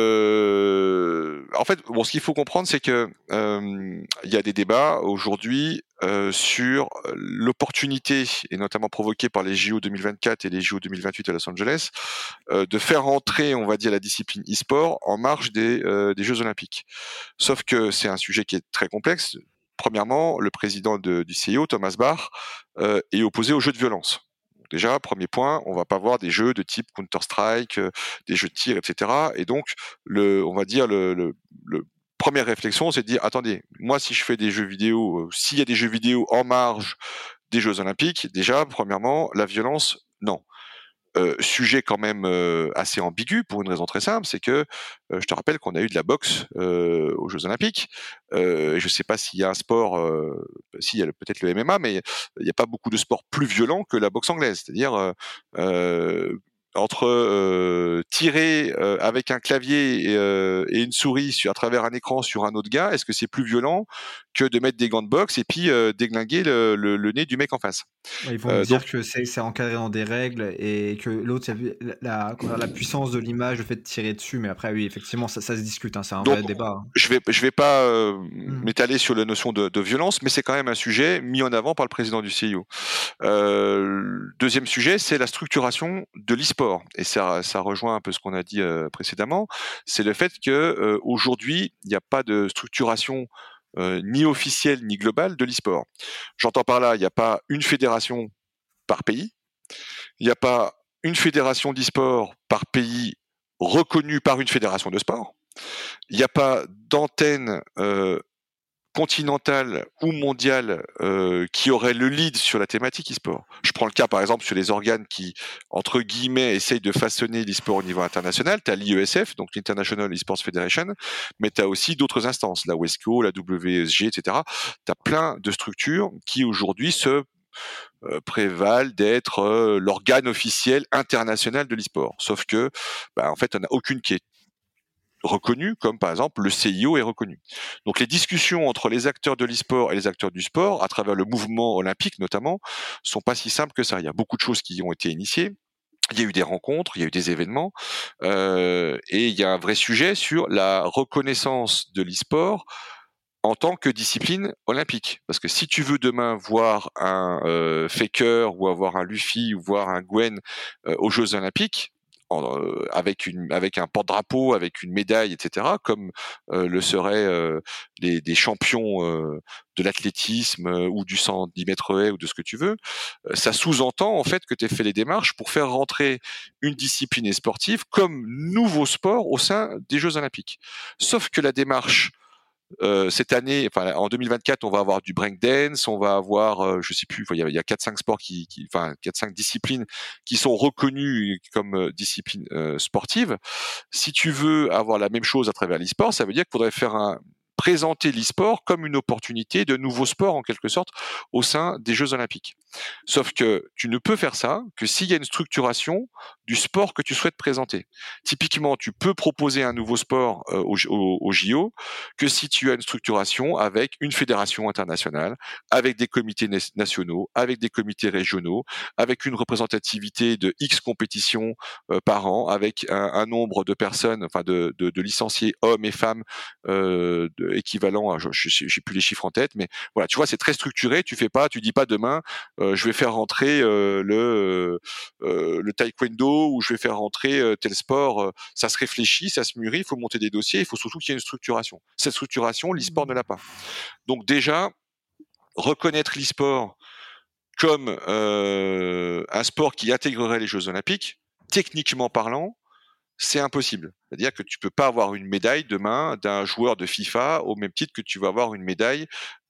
Euh... En fait, bon, ce qu'il faut comprendre, c'est que euh, il y a des débats aujourd'hui euh, sur l'opportunité, et notamment provoquée par les J O deux mille vingt-quatre et les J O deux mille vingt-huit à Los Angeles, euh, de faire entrer, on va dire, la discipline e-sport en marge des euh, des Jeux Olympiques. Sauf que c'est un sujet qui est très complexe. Premièrement, le président de, du C I O, Thomas Bach, euh, est opposé aux jeux de violence. Déjà, premier point, on va pas voir des jeux de type Counter-Strike, euh, des jeux de tir, et cetera. Et donc, le, on va dire le, le, le première réflexion, c'est de dire attendez, moi, si je fais des jeux vidéo, euh, s'il y a des jeux vidéo en marge des Jeux Olympiques, déjà, premièrement, la violence, non. Euh, sujet quand même euh, assez ambigu pour une raison très simple, c'est que euh, je te rappelle qu'on a eu de la boxe euh, aux Jeux Olympiques. Euh, je ne sais pas s'il y a un sport, euh, s'il y a peut-être le M M A, mais il n'y a pas beaucoup de sports plus violents que la boxe anglaise. C'est-à-dire euh, euh, entre euh, tirer euh, avec un clavier et, euh, et une souris sur, à travers un écran sur un autre gars, est-ce que c'est plus violent que de mettre des gants de boxe et puis euh, déglinguer le, le, le nez du mec en face? Ouais, ils vont me Euh, donc dire que c'est, c'est encadré dans des règles et que l'autre, c'est la, la, comment dire, la puissance de l'image, le fait de tirer dessus. Mais après, oui, effectivement, ça, ça se discute. Hein, c'est un Donc, vrai débat. Hein. je vais, je vais pas euh, Hmm. m'étaler sur la notion de, de violence, mais c'est quand même un sujet mis en avant par le président du C I O. Euh, deuxième sujet, c'est la structuration de l'e-sport, et ça, ça rejoint un peu ce qu'on a dit euh, précédemment. C'est le fait que euh, aujourd'hui, il n'y a pas de structuration euh, ni officielle ni globale de l'e-sport. J'entends par là, il n'y a pas une fédération par pays, il n'y a pas une fédération d'e-sport par pays reconnue par une fédération de sport. Il n'y a pas d'antenne euh, continentale ou mondiale euh, qui aurait le lead sur la thématique e-sport. Je prends le cas par exemple sur les organes qui, entre guillemets, essayent de façonner l'e-sport au niveau international. Tu as l'I E S F, donc l'International Esports Federation, mais tu as aussi d'autres instances, la WESCO, la W S G, et cetera. Tu as plein de structures qui aujourd'hui se euh, prévalent d'être euh, l'organe officiel international de l'e-sport. Sauf que, bah, en fait, on n'a aucune qui est reconnus, comme par exemple le C I O est reconnu. Donc les discussions entre les acteurs de l'e-sport et les acteurs du sport, à travers le mouvement olympique notamment, sont pas si simples que ça. Il y a beaucoup de choses qui ont été initiées. Il y a eu des rencontres, il y a eu des événements, euh, et il y a un vrai sujet sur la reconnaissance de l'e-sport en tant que discipline olympique. Parce que si tu veux demain voir un euh, Faker ou avoir un Luffy ou voir un Gwen euh, aux Jeux olympiques, en, euh, avec une avec un porte-drapeau, avec une médaille, et cetera, comme euh, le seraient euh, les, des champions euh, de l'athlétisme euh, ou du cent dix mètres haies ou de ce que tu veux, euh, ça sous-entend en fait que tu as fait les démarches pour faire rentrer une discipline sportive comme nouveau sport au sein des Jeux Olympiques. Sauf que la démarche euh, cette année, enfin en deux mille vingt-quatre, on va avoir du breakdance, on va avoir, euh, je sais plus, il y a, il y a quatre cinq sports qui, qui, enfin quatre cinq disciplines qui sont reconnues comme euh, disciplines euh, sportives. Si tu veux avoir la même chose à travers l'e-sport, ça veut dire qu'il faudrait faire un présenter l'e-sport comme une opportunité de nouveau sport en quelque sorte au sein des Jeux Olympiques. Sauf que tu ne peux faire ça que s'il y a une structuration du sport que tu souhaites présenter. Typiquement, tu peux proposer un nouveau sport euh, au, au, au J O que si tu as une structuration avec une fédération internationale, avec des comités nationaux, avec des comités régionaux, avec une représentativité de X compétitions euh, par an, avec un, un nombre de personnes, enfin de, de, de licenciés hommes et femmes euh, de, équivalent, à, je j'ai plus les chiffres en tête, mais voilà, tu vois, c'est très structuré. Tu fais pas, tu dis pas demain, euh, je vais faire rentrer euh, le euh, le taekwondo ou je vais faire rentrer euh, tel sport. Euh, ça se réfléchit, ça se mûrit. Il faut monter des dossiers. Il faut surtout qu'il y ait une structuration. Cette structuration, l'e-sport ne l'a pas. Donc déjà, reconnaître l'e-sport comme euh, un sport qui intégrerait les Jeux Olympiques, techniquement parlant, c'est impossible. C'est-à-dire que tu peux pas avoir une médaille demain d'un joueur de FIFA au même titre que tu vas avoir une médaille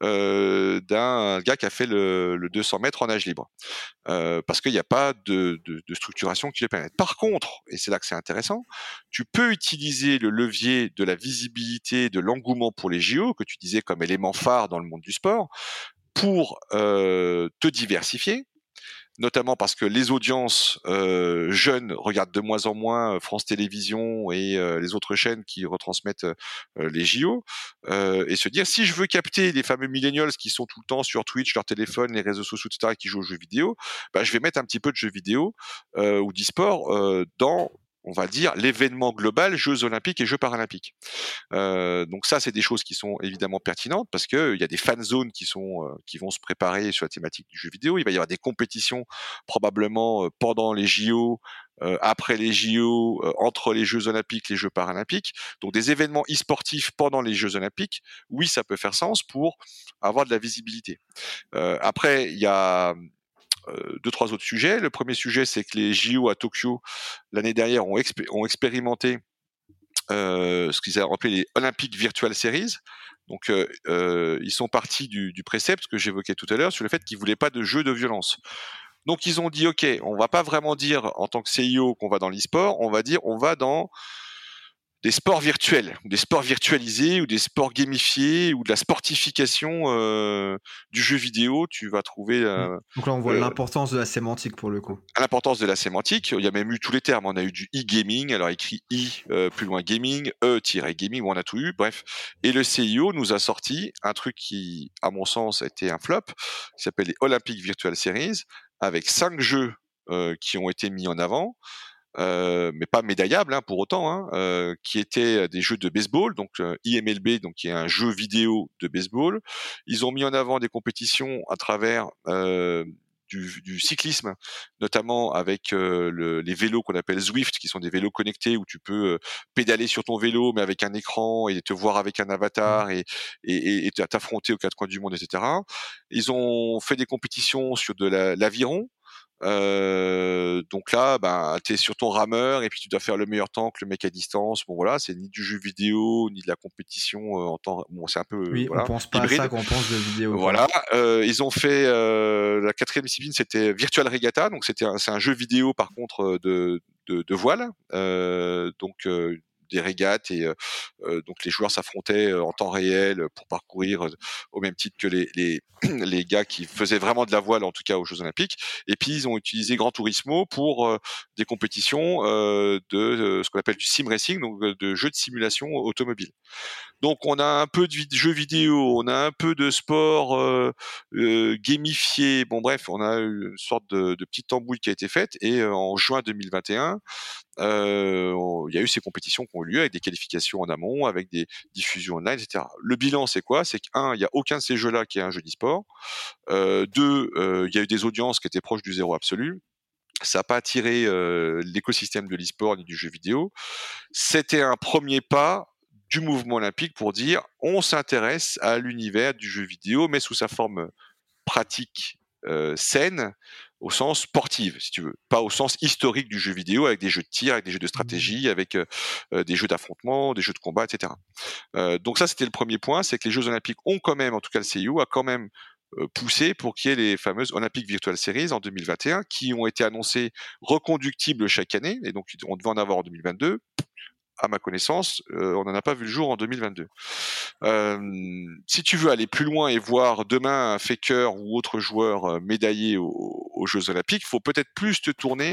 euh, d'un gars qui a fait le, le deux cents mètres en nage libre. Euh, parce qu'il n'y a pas de, de, de structuration qui le permette. Par contre, et c'est là que c'est intéressant, tu peux utiliser le levier de la visibilité, de l'engouement pour les J O, que tu disais comme élément phare dans le monde du sport, pour euh, te diversifier, notamment parce que les audiences euh, jeunes regardent de moins en moins France Télévisions et euh, les autres chaînes qui retransmettent euh, les J O, euh, et se dire, si je veux capter les fameux millennials qui sont tout le temps sur Twitch, leur téléphone, les réseaux sociaux, et cetera, qui jouent aux jeux vidéo, bah, je vais mettre un petit peu de jeux vidéo euh, ou d'e-sport euh, dans, on va dire, l'événement global Jeux Olympiques et Jeux Paralympiques. Euh, donc ça, c'est des choses qui sont évidemment pertinentes parce que euh, il y a des fan zones qui sont euh, qui vont se préparer sur la thématique du jeu vidéo. Il va y avoir des compétitions probablement euh, pendant les J O, euh, après les J O, euh, entre les Jeux Olympiques, les Jeux Paralympiques. Donc des événements e-sportifs pendant les Jeux Olympiques. Oui, ça peut faire sens pour avoir de la visibilité. Euh, après, il y a euh, deux trois autres sujets. Le premier sujet, c'est que les J O à Tokyo l'année dernière ont, expé- ont expérimenté euh, ce qu'ils ont appelé les Olympic Virtual Series. Donc, euh, euh, ils sont partis du, du précepte que j'évoquais tout à l'heure sur le fait qu'ils voulaient pas de jeux de violence. Donc, ils ont dit, OK, on va pas vraiment dire en tant que C I O qu'on va dans l'e-sport, on va dire on va dans des sports virtuels, des sports virtualisés ou des sports gamifiés ou de la sportification euh, du jeu vidéo. Tu vas trouver euh, Donc là, on voit euh, l'importance de la sémantique pour le coup. l'importance de la sémantique. Il y a même eu tous les termes. On a eu du e-gaming, alors écrit i euh, plus loin gaming, e-gaming, on a tout eu, bref. Et le C I O nous a sorti un truc qui, à mon sens, a été un flop, qui s'appelle les Olympic Virtual Series, avec cinq jeux euh, qui ont été mis en avant. Euh, mais pas médaillables hein, pour autant, hein, euh, qui étaient des jeux de baseball, donc euh, I M L B, donc qui est un jeu vidéo de baseball. Ils ont mis en avant des compétitions à travers euh, du, du cyclisme, notamment avec euh, le, les vélos qu'on appelle Zwift, qui sont des vélos connectés où tu peux euh, pédaler sur ton vélo, mais avec un écran et te voir avec un avatar et, et, et t'affronter aux quatre coins du monde, et cetera. Ils ont fait des compétitions sur de la, l'aviron. Euh, donc là, ben, t'es sur ton rameur et puis tu dois faire le meilleur temps que le mec à distance. Bon voilà, c'est ni du jeu vidéo ni de la compétition euh, en temps. Bon, c'est un peu euh, Oui, on voilà pense pas hybride. à ça quand on pense de vidéo. Quoi. Voilà, euh, ils ont fait euh, la quatrième discipline, c'était Virtual Regatta, donc c'était un, c'est un jeu vidéo par contre de de, de voile, euh, donc euh, des régates et euh, donc les joueurs s'affrontaient en temps réel pour parcourir euh, au même titre que les, les les gars qui faisaient vraiment de la voile en tout cas aux Jeux Olympiques. Et puis ils ont utilisé Gran Turismo pour euh, des compétitions euh, de euh, ce qu'on appelle du sim racing, donc de jeux de simulation automobile. Donc on a un peu de vid- jeux vidéo, on a un peu de sport euh, euh, gamifié. Bon bref, on a une sorte de, de petite tambouille qui a été faite. Et euh, en juin deux mille vingt et un, euh, on- il y a eu ces compétitions qui ont eu lieu avec des qualifications en amont, avec des diffusions online, et cetera. Le bilan, c'est quoi? C'est qu'un, il n'y a aucun de ces jeux-là qui est un jeu d'e-sport. Euh, deux, euh, il y a eu des audiences qui étaient proches du zéro absolu. Ça n'a pas attiré euh, l'écosystème de l'e-sport ni du jeu vidéo. C'était un premier pas du mouvement olympique pour dire on s'intéresse à l'univers du jeu vidéo, mais sous sa forme pratique euh, saine, au sens sportive, si tu veux, pas au sens historique du jeu vidéo, avec des jeux de tir, avec des jeux de stratégie, avec euh, des jeux d'affrontement, des jeux de combat, et cetera. Euh, donc ça, c'était le premier point, c'est que les Jeux Olympiques ont quand même, en tout cas le C I O a quand même euh, poussé pour qu'il y ait les fameuses Olympic Virtual Series en deux mille vingt et un, qui ont été annoncées reconductibles chaque année, et donc on devait en avoir en deux mille vingt-deux. À ma connaissance, euh, on n'en a pas vu le jour en deux mille vingt-deux. Euh, si tu veux aller plus loin et voir demain un faker ou autre joueur euh, médaillé aux, aux Jeux Olympiques, il faut peut-être plus te tourner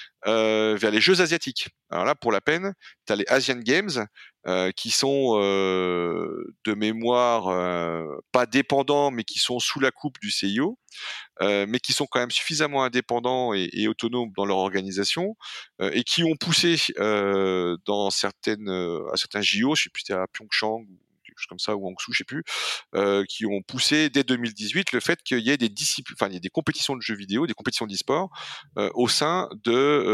euh, vers les Jeux asiatiques. Alors là, pour la peine, tu as les Asian Games euh, qui sont euh, de mémoire euh, pas dépendants, mais qui sont sous la coupe du C I O. Euh, mais qui sont quand même suffisamment indépendants et, et autonomes dans leur organisation euh, et qui ont poussé euh, dans certaines euh, à certains J O, je sais plus si c'était à Pyeongchang ou quelque chose comme ça, ou Hangzhou, je sais plus, euh, qui ont poussé dès deux mille dix-huit le fait qu'il y ait des disciplines, enfin il y ait des compétitions de jeux vidéo, des compétitions d'e-sport euh, au sein de,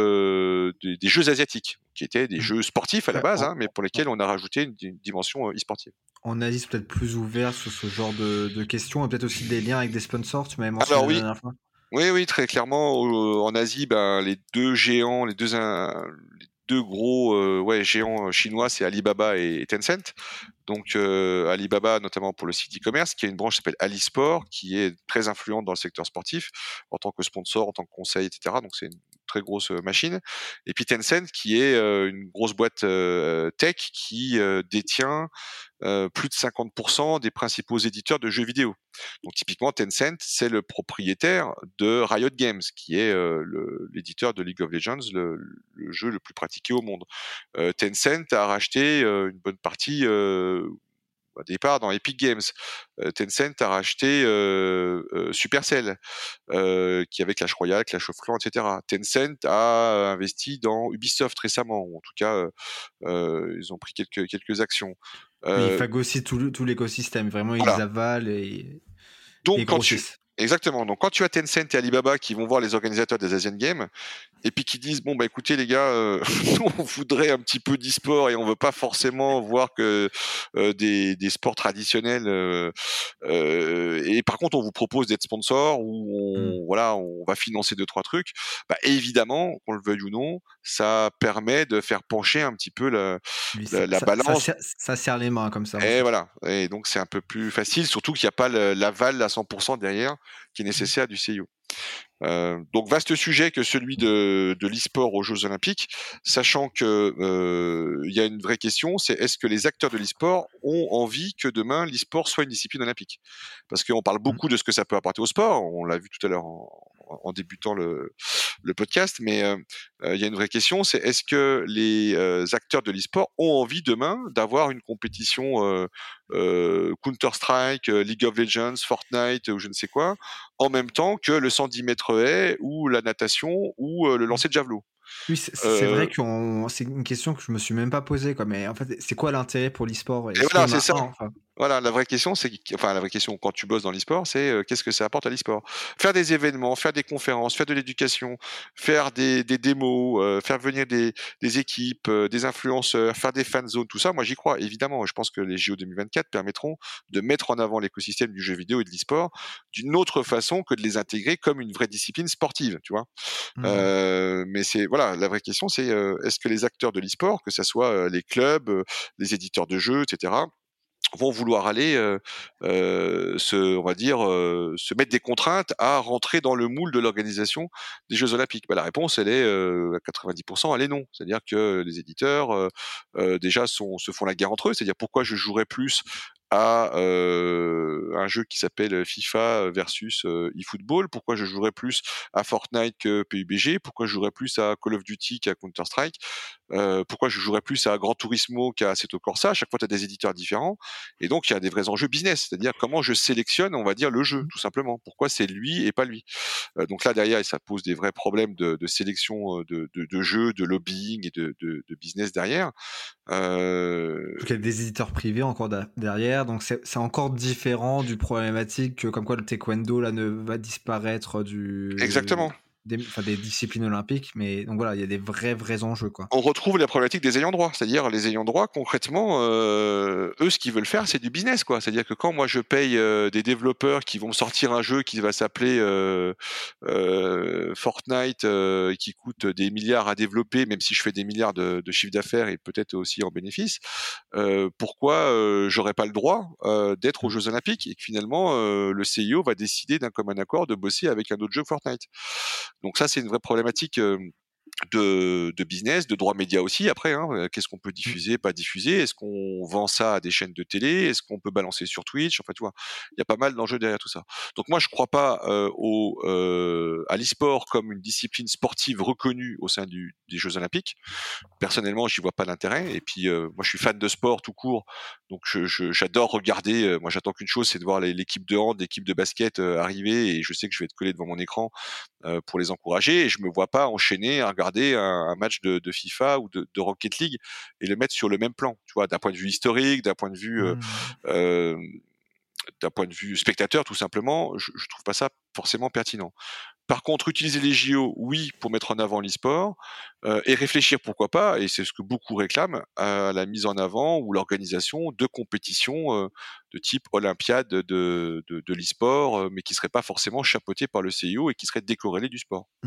euh, de des Jeux asiatiques, qui étaient des jeux sportifs à la Ouais, base, en, hein, mais pour lesquels on a rajouté une, une dimension euh, e-sportive. en Asie, c'est peut-être plus ouvert sur ce genre de, de questions, et peut-être aussi des liens avec des sponsors, tu m'avais mentionné Alors la oui, dernière fois. Oui, oui, très clairement, euh, en Asie, ben, les deux géants, les deux, in- les deux gros euh, ouais, géants euh, chinois, c'est Alibaba et Tencent. Donc euh, Alibaba, notamment pour le site e-commerce, qui a une branche qui s'appelle Alisport, qui est très influente dans le secteur sportif, en tant que sponsor, en tant que conseil, et cetera. Donc c'est une très grosse euh, machine. Et puis Tencent, qui est euh, une grosse boîte euh, tech qui euh, détient euh, plus de cinquante pour cent des principaux éditeurs de jeux vidéo. Donc typiquement, Tencent, c'est le propriétaire de Riot Games, qui est euh, le, l'éditeur de League of Legends, le, le jeu le plus pratiqué au monde. Euh, Tencent a racheté euh, une bonne partie euh, au départ dans Epic Games. Euh, Tencent a racheté euh, euh, Supercell, euh, qui avait Clash Royale, Clash of Clans, et cetera. Tencent a investi dans Ubisoft récemment, ou en tout cas, euh, euh, ils ont pris quelques, quelques actions. Mais ils Euh, phagocytent tout, le- tout l'écosystème, vraiment, ils voilà. avalent et, Donc et quand tu grossissent. Exactement. Donc quand tu as Tencent et Alibaba qui vont voir les organisateurs des Asian Games et puis qui disent bon bah écoutez les gars, euh, nous on voudrait un petit peu d'e-sport et on veut pas forcément voir que euh, des, des sports traditionnels euh, euh, et par contre on vous propose d'être sponsor ou Hmm. on voilà on va financer deux trois trucs. Bah évidemment qu'on le veuille ou non, ça permet de faire pencher un petit peu la, Oui, ça, la, la ça, ça, balance. serre, ça serre les mains comme ça Et ensuite. voilà. Et donc, c'est un peu plus facile, surtout qu'il n'y a pas le- l'aval à cent pour cent derrière qui est nécessaire du C I O. Euh, donc, vaste sujet que celui de, de l'e-sport aux Jeux Olympiques, sachant que euh, il y a une vraie question, c'est est-ce que les acteurs de l'e-sport ont envie que demain l'e-sport soit une discipline olympique? Parce qu'on parle Hmm. beaucoup de ce que ça peut apporter au sport, on l'a vu tout à l'heure en, en débutant le, le podcast, mais euh, euh, il y a une vraie question, c'est est-ce que les euh, acteurs de l'e-sport ont envie demain d'avoir une compétition euh, euh, Counter-Strike, euh, League of Legends, Fortnite ou je ne sais quoi, en même temps que le cent dix mètres haies ou la natation ou euh, le lancer de javelot. Oui, c'est c'est Euh, vrai que c'est une question que je me suis même pas posée, quoi. Mais en fait, c'est quoi l'intérêt pour l'e-sport? et Est-ce qu'il y voilà, en c'est a ça. un, enfin? Voilà, la vraie question, c'est, enfin, la vraie question quand tu bosses dans l'e-sport, c'est euh, qu'est-ce que ça apporte à l'e-sport? Faire des événements, faire des conférences, faire de l'éducation, faire des, des démos, euh, faire venir des, des équipes, euh, des influenceurs, faire des fan zones, tout ça, moi j'y crois, évidemment. Je pense que les J O deux mille vingt-quatre permettront de mettre en avant l'écosystème du jeu vidéo et de l'e-sport d'une autre façon que de les intégrer comme une vraie discipline sportive, tu vois. Mhm. Euh, mais c'est, voilà, la vraie question, c'est euh, est-ce que les acteurs de l'e-sport, que ce soit euh, les clubs, euh, les éditeurs de jeux, et cetera, vont vouloir aller euh, euh, se, on va dire, euh, se mettre des contraintes à rentrer dans le moule de l'organisation des Jeux Olympiques. Bah, la réponse, elle est euh, à quatre-vingt-dix pour cent, elle est non. C'est-à-dire que les éditeurs euh, euh, déjà sont, se font la guerre entre eux. C'est-à-dire pourquoi je jouerais plus à euh, un jeu qui s'appelle FIFA versus euh, eFootball, pourquoi je jouerais plus à Fortnite que P U B G, pourquoi je jouerais plus à Call of Duty qu'à Counter-Strike, euh, pourquoi je jouerais plus à Gran Turismo qu'à Assetto Corsa. À chaque fois, tu as des éditeurs différents. Et donc, il y a des vrais enjeux business, c'est-à-dire comment je sélectionne, on va dire, le jeu, tout simplement. Pourquoi c'est lui et pas lui. Euh, donc là, derrière, ça pose des vrais problèmes de, de sélection euh, de, de, de jeux, de lobbying et de, de, de business derrière. Euh... Donc il y a des éditeurs privés encore da- derrière, donc c'est c'est encore différent du problématique que comme quoi le taekwondo là ne va disparaître du. Exactement. des, des disciplines olympiques, mais donc voilà, il y a des vrais, vrais enjeux, quoi. On retrouve la problématique des ayants droit, c'est-à-dire les ayants droit, concrètement, euh, eux, ce qu'ils veulent faire, c'est du business, quoi. C'est-à-dire que quand moi je paye euh, des développeurs qui vont sortir un jeu qui va s'appeler euh, euh, Fortnite, euh, qui coûte des milliards à développer, même si je fais des milliards de, de chiffre d'affaires et peut-être aussi en bénéfice, euh, pourquoi euh, j'aurais pas le droit euh, d'être aux Jeux Olympiques et que finalement euh, le C I O va décider d'un commun accord de bosser avec un autre jeu Fortnite. Donc ça, c'est une vraie problématique. Euh, De, de business, de droits médias aussi après, hein, qu'est-ce qu'on peut diffuser, pas diffuser, est-ce qu'on vend ça à des chaînes de télé, est-ce qu'on peut balancer sur Twitch, enfin tu vois, il y a pas mal d'enjeux derrière tout ça. Donc moi je crois pas euh, au, euh, à l'e-sport comme une discipline sportive reconnue au sein du, des Jeux Olympiques. Personnellement, j'y vois pas d'intérêt. Et puis, euh, moi, je suis fan de sport tout court, donc je, je, j'adore regarder. Euh, moi, j'attends qu'une chose, c'est de voir les, l'équipe de hand, l'équipe de basket euh, arriver, et je sais que je vais être collé devant mon écran euh, pour les encourager. Et je me vois pas enchaîner à regarder un, un match de, de FIFA ou de, de Rocket League et le mettre sur le même plan. Tu vois, d'un point de vue historique, d'un point de vue euh, Mmh. euh, d'un point de vue spectateur, tout simplement, je, je trouve pas ça forcément pertinent. Par contre, utiliser les J O, oui, pour mettre en avant l'e-sport, euh, et réfléchir, pourquoi pas, et c'est ce que beaucoup réclament, à la mise en avant ou l'organisation de compétitions euh, de type Olympiade de, de, de l'e-sport, euh, mais qui ne seraient pas forcément chapeautées par le C I O et qui seraient décorrélées du sport. Mmh.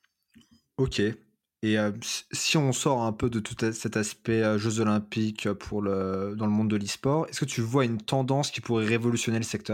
Ok. Et euh, si on sort un peu de tout cet aspect euh, Jeux Olympiques pour le, dans le monde de l'e-sport, est-ce que tu vois une tendance qui pourrait révolutionner le secteur ?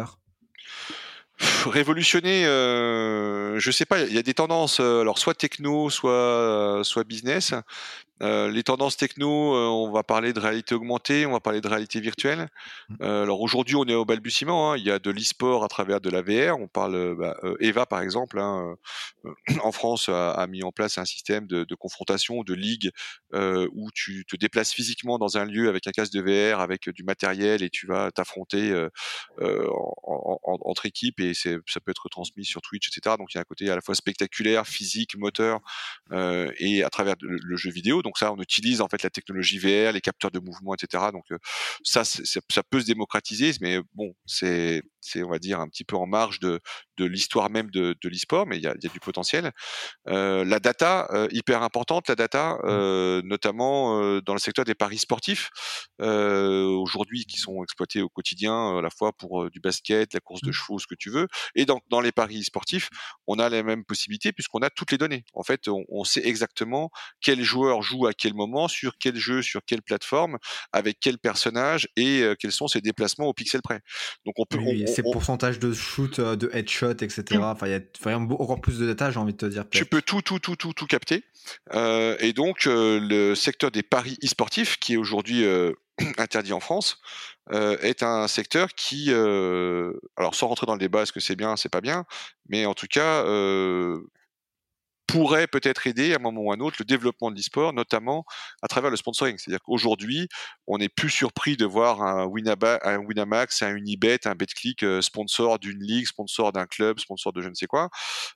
Révolutionner, euh, je sais pas, il y a des tendances, euh, alors soit techno, soit, soit business. Euh, les tendances techno, euh, on va parler de réalité augmentée, on va parler de réalité virtuelle. Euh, alors aujourd'hui, on est au balbutiement. Hein. Il y a de l'e-sport à travers de la V R. On parle, euh, bah, euh, Eva par exemple, hein, euh, en France a, a mis en place un système de, de confrontation, de ligue, euh, où tu te déplaces physiquement dans un lieu avec un casque de V R, avec du matériel, et tu vas t'affronter euh, euh, en, en, entre équipes, et c'est, ça peut être transmis sur Twitch, et cetera. Donc il y a un côté à la fois spectaculaire, physique, moteur, euh, et à travers le, le jeu vidéo. Donc ça, on utilise en fait la technologie V R, les capteurs de mouvement, et cetera. Donc euh, ça, c'est, ça peut se démocratiser, mais bon, c'est, c'est, on va dire, un petit peu en marge de, de l'histoire même de, de l'e-sport, mais il y a, il y a du potentiel. Euh, la data, euh, hyper importante, la data, euh, notamment euh, dans le secteur des paris sportifs, euh, aujourd'hui, qui sont exploités au quotidien, à la fois pour euh, du basket, la course de chevaux, ce que tu veux, et dans, dans les paris sportifs, on a les mêmes possibilités puisqu'on a toutes les données. En fait, on, on sait exactement quel joueur joue à quel moment, sur quel jeu, sur quelle plateforme, avec quel personnage, et euh, quels sont ses déplacements au pixel près. Donc on peut, Oui, on, oui, on, ces on, pourcentages de shoot, euh, de headshot, et cetera. Enfin, il y a vraiment encore plus de data, j'ai envie de te dire tu peut-être. peux tout, tout, tout, tout, tout capter. Euh, et donc, euh, le secteur des paris e-sportifs, qui est aujourd'hui euh, interdit en France, euh, est un secteur qui, euh, alors sans rentrer dans le débat, est-ce que c'est bien, c'est pas bien, mais en tout cas, euh, pourrait peut-être aider à un moment ou à un autre le développement de l'e-sport, notamment à travers le sponsoring. C'est-à-dire qu'aujourd'hui, on n'est plus surpris de voir un, Winaba, un Winamax, un Unibet, un BetClick euh, sponsor d'une ligue, sponsor d'un club, sponsor de je ne sais quoi.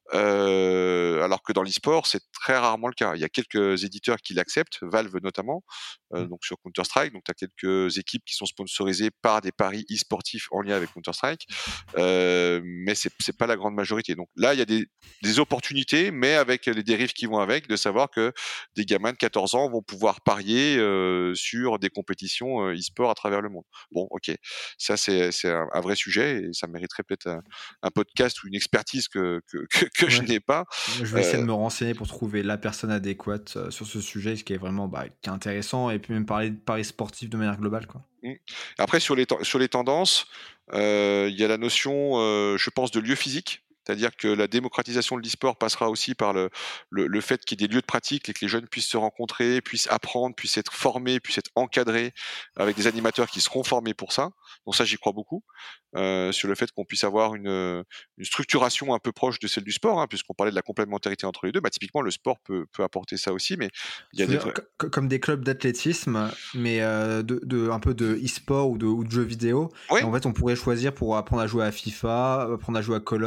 Euh, alors que dans l'e-sport, c'est très rarement le cas. Il y a quelques éditeurs qui l'acceptent, Valve notamment, euh, donc sur Counter-Strike. Donc tu as quelques équipes qui sont sponsorisées par des paris e-sportifs en lien avec Counter-Strike, euh, mais c'est c'est pas la grande majorité. Donc là, il y a des, des opportunités, mais avec les dérives qui vont avec, de savoir que des gamins de quatorze ans vont pouvoir parier euh, sur des compétitions euh, e-sport à travers le monde. Bon, ok, ça c'est c'est un, un vrai sujet, et ça mériterait peut-être un, un podcast ou une expertise que que, que, que je Ouais. n'ai pas. Je vais essayer de me renseigner pour trouver la personne adéquate euh, sur ce sujet, ce qui est vraiment bah, qui est intéressant, et puis même parler de paris sportifs de manière globale, quoi. Mm. Après, sur les, sur les tendances, euh, il y a la notion, euh, je pense, de lieu physique. C'est-à-dire que la démocratisation de l'e-sport passera aussi par le, le, le fait qu'il y ait des lieux de pratique et que les jeunes puissent se rencontrer, puissent apprendre, puissent être formés, puissent être encadrés avec des animateurs qui seront formés pour ça. Donc ça, j'y crois beaucoup. Euh, sur le fait qu'on puisse avoir une, une structuration un peu proche de celle du sport, hein, puisqu'on parlait de la complémentarité entre les deux. Bah, typiquement, le sport peut, peut apporter ça aussi, mais il y a des C'est-à-dire vrais... co- comme des clubs d'athlétisme, mais euh, de, de- un peu de e-sport ou de, ou de jeux vidéo. Et Ouais. en fait, on pourrait choisir pour apprendre à jouer à FIFA, apprendre à jouer à Call of, à LoL,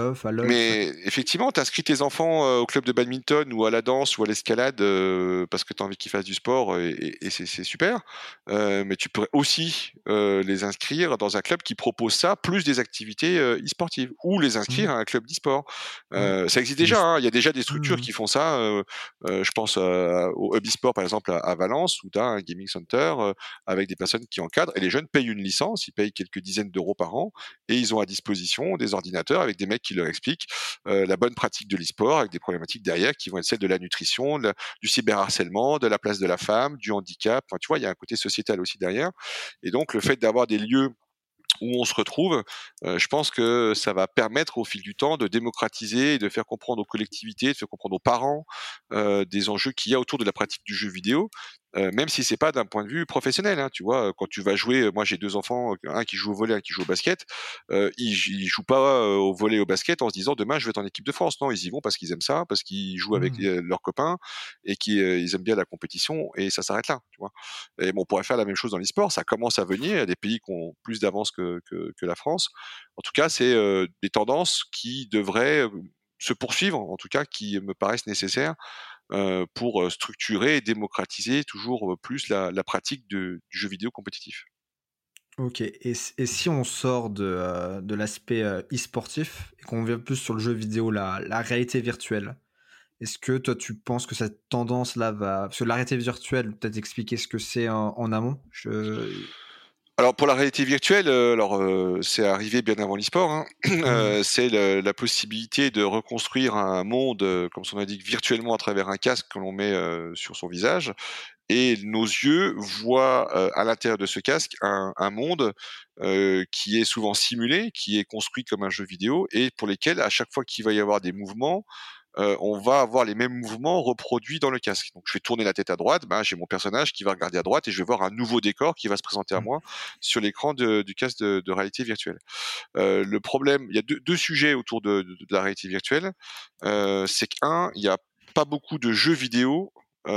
Ouais, tout à mais effectivement, tu inscris tes enfants euh, au club de badminton ou à la danse ou à l'escalade euh, parce que tu as envie qu'ils fassent du sport et, et- et c'est c'est super. Euh, mais tu pourrais aussi euh, les inscrire dans un club qui propose ça, plus des activités euh, e-sportives, ou les mmh, inscrire à un club d'e-sport. ouais. Euh, ça existe Les déjà, s hein. Il y a déjà des structures mmh, qui font ça. euh, euh, je pense euh, au Hub e-sport, par exemple, à, à Valence, où tu as un gaming center euh, avec des personnes qui encadrent, et les jeunes payent une licence, ils payent quelques dizaines d'euros par an, et ils ont à disposition des ordinateurs avec des mecs qui leur expliquent euh, la bonne pratique de l'e-sport, avec des problématiques derrière qui vont être celles de la nutrition, de la- du cyberharcèlement, de la place de la femme, du handicap. Enfin, tu vois, il y a un côté sociétal aussi derrière. Et donc, le fait d'avoir des lieux où on se retrouve, euh, je pense que ça va permettre au fil du temps de démocratiser et de faire comprendre aux collectivités, de faire comprendre aux parents euh, des enjeux qu'il y a autour de la pratique du jeu vidéo, euh, même si c'est pas d'un point de vue professionnel. Hein, tu vois, quand tu vas jouer, euh, moi j'ai deux enfants, euh, un qui joue au volley, un qui joue au basket, euh, ils, ils jouent pas euh, au volley, au basket en se disant demain je vais être en équipe de France. Non, ils y vont parce qu'ils aiment ça, parce qu'ils jouent avec mmh. euh, leurs copains et qu'ils euh, ils aiment bien la compétition et ça s'arrête là. Tu vois. Et bon, on pourrait faire la même chose dans l'e-sport, ça commence à venir, il y a des pays qui ont plus d'avance que, que, que la France. En tout cas, c'est euh, des tendances qui devraient euh, se poursuivre, en tout cas qui me paraissent nécessaires euh, pour euh, structurer et démocratiser toujours euh, plus la, la pratique de, du jeu vidéo compétitif. OK, et s et si on sort de, heu, de l'aspect, heu, e-sportif et qu'on vient plus sur le jeu vidéo, la la réalité virtuelle, est-ce que toi tu penses que cette tendance-là va parce que la réalité virtuelle, peut-être expliquer ce que c'est en en amont? Je Alors pour la réalité virtuelle, heu, alors, heu, c'est arrivé bien avant l'e-sport, hein. mmh, Heu, c'est le la possibilité de reconstruire un monde, heu, comme son indique, virtuellement à travers un casque que l'on met, heu, sur son visage, et nos yeux voient, heu, à l'intérieur de ce casque un un monde, heu, qui est souvent simulé, qui est construit comme un jeu vidéo et pour lesquels à chaque fois qu'il va y avoir des mouvements, heu, on va avoir les mêmes mouvements reproduits dans le casque. Donc je vais tourner la tête à droite, ben, j'ai mon personnage qui va regarder à droite et je vais voir un nouveau décor qui va se présenter à mmh, moi sur l'écran de du casque de de réalité virtuelle. Heu, le problème, il y a deux deux sujets autour de de de la réalité virtuelle, heu, c'est qu'un, il y a pas beaucoup de jeux vidéo,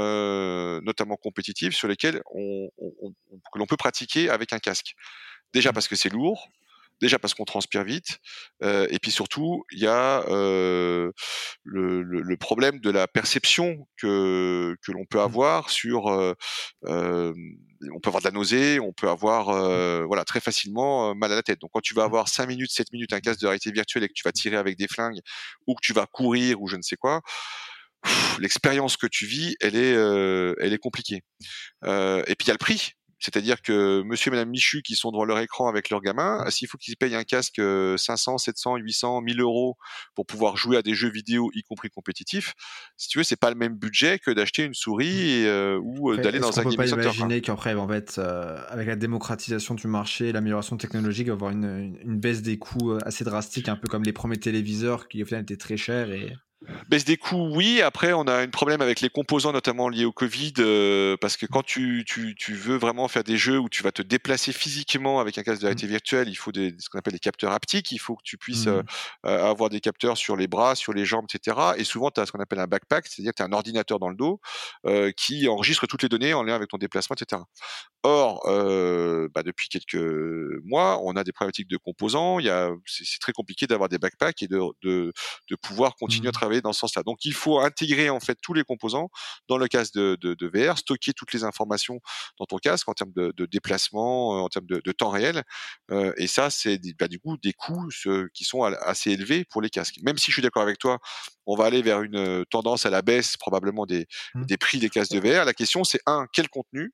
heu, notamment compétitifs, sur lesquels on on on on que l'on peut pratiquer avec un casque. Déjà mmh, parce que c'est lourd, déjà parce qu'on transpire vite, heu et puis surtout, il y a, heu, le le le problème de la perception que que l'on peut mmh, avoir sur, heu, hem, on peut avoir de la nausée, on peut avoir, mmh, heu, voilà, très facilement, heu, mal à la tête. Donc quand tu vas mmh, avoir cinq minutes, sept minutes un casque de réalité virtuelle et que tu vas tirer avec des flingues ou que tu vas courir ou je ne sais quoi, l'expérience que tu vis, elle est, heu, elle est compliquée. Heu et puis il y a le prix. C'est-à-dire que monsieur et madame Michu qui sont devant leur écran avec leurs gamins, mmh. s'il faut qu'ils payent un casque, heu, cinq cents, sept cents, huit cents, mille euros pour pouvoir jouer à des jeux vidéo, y compris compétitifs, si tu veux, c'est pas le même budget que d'acheter une Mmh. souris et heu, ou, heu, Après, d'aller est-ce dans qu'on un peut pas gaming center, quoi. imaginer qu'après, en fait, heu, avec la démocratisation du marché, l'amélioration technologique, il va y avoir une, une une baisse des coûts, heu, assez drastique, un peu comme les premiers téléviseurs qui, au final, étaient très chers et Baisse des coûts, oui. Après, on a un problème avec les composants, notamment liés au Covid, heu, parce que mmh, quand tu tu tu veux vraiment faire des jeux où tu vas te déplacer physiquement avec un casque de mmh, réalité virtuelle, il faut des ce qu'on appelle des capteurs haptiques. Il faut que tu puisses, heu mmh, heu, avoir des capteurs sur les bras, sur les jambes et cetera, et souvent tu as ce qu'on appelle un backpack, c'est-à-dire que tu as un ordinateur dans le dos, heu, qui enregistre toutes les données en lien avec ton déplacement et cetera. Or, heu, bah, depuis quelques mois, on a des problématiques de composants. Il y a c'est c'est très compliqué d'avoir des backpacks et de de de pouvoir continuer à mmh, travailler dans ce sens-là. Donc il faut intégrer, en fait, tous les composants dans le casque de de de V R, stocker toutes les informations dans ton casque en termes de de déplacement, heu, en termes de de temps réel, heu et ça, c'est des bah, du coup, des coûts ce qui sont al assez élevés pour les casques. Même si je suis d'accord avec toi, on va aller vers une, heu, tendance à la baisse probablement des mmh. des prix des casques de V R. La question, c'est un, quel contenu?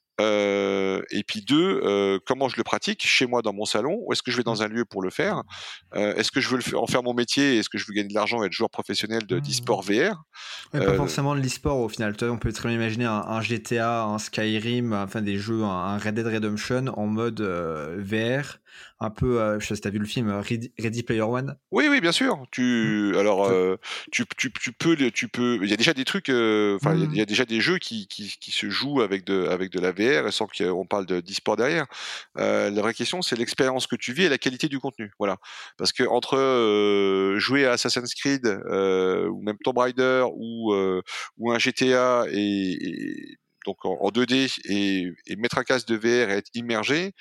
Heu et puis deux, heu, comment je le pratique chez moi dans mon salon? Ou est-ce que je vais Mmh. dans un lieu pour le faire? Heu, est-ce que je veux le faire en faire mon métier? Est-ce que je veux gagner de l'argent et être joueur professionnel de Mmh. d'e-sport V R? Ouais, pas Heu, forcément de l'e-sport au final. Tu vois, on peut très bien imaginer un, un G T A, un Skyrim, enfin des jeux, un, un Red Dead Redemption en mode euh, V R, un peu, euh, je sais pas si t'as vu le film euh, Ready, Ready Player One. oui, oui, bien sûr. Mm. Tu alors, Toi- heu, tu tu tu peux le tu peux il y a déjà des trucs, heu, enfin, il y a il y Mm. a déjà des jeux qui qui qui se jouent avec de avec de la V R et sans qu'on parle de d'e-sport derrière. Heu, la vraie question, c'est l'expérience que tu vis et la qualité du contenu, voilà. Parce qu'entre, heu, jouer à Assassin's Creed, heu, ou même Tomb Raider ou, heu, ou un G T A et et donc en en deux D et et mettre un casque de V R et être immergé,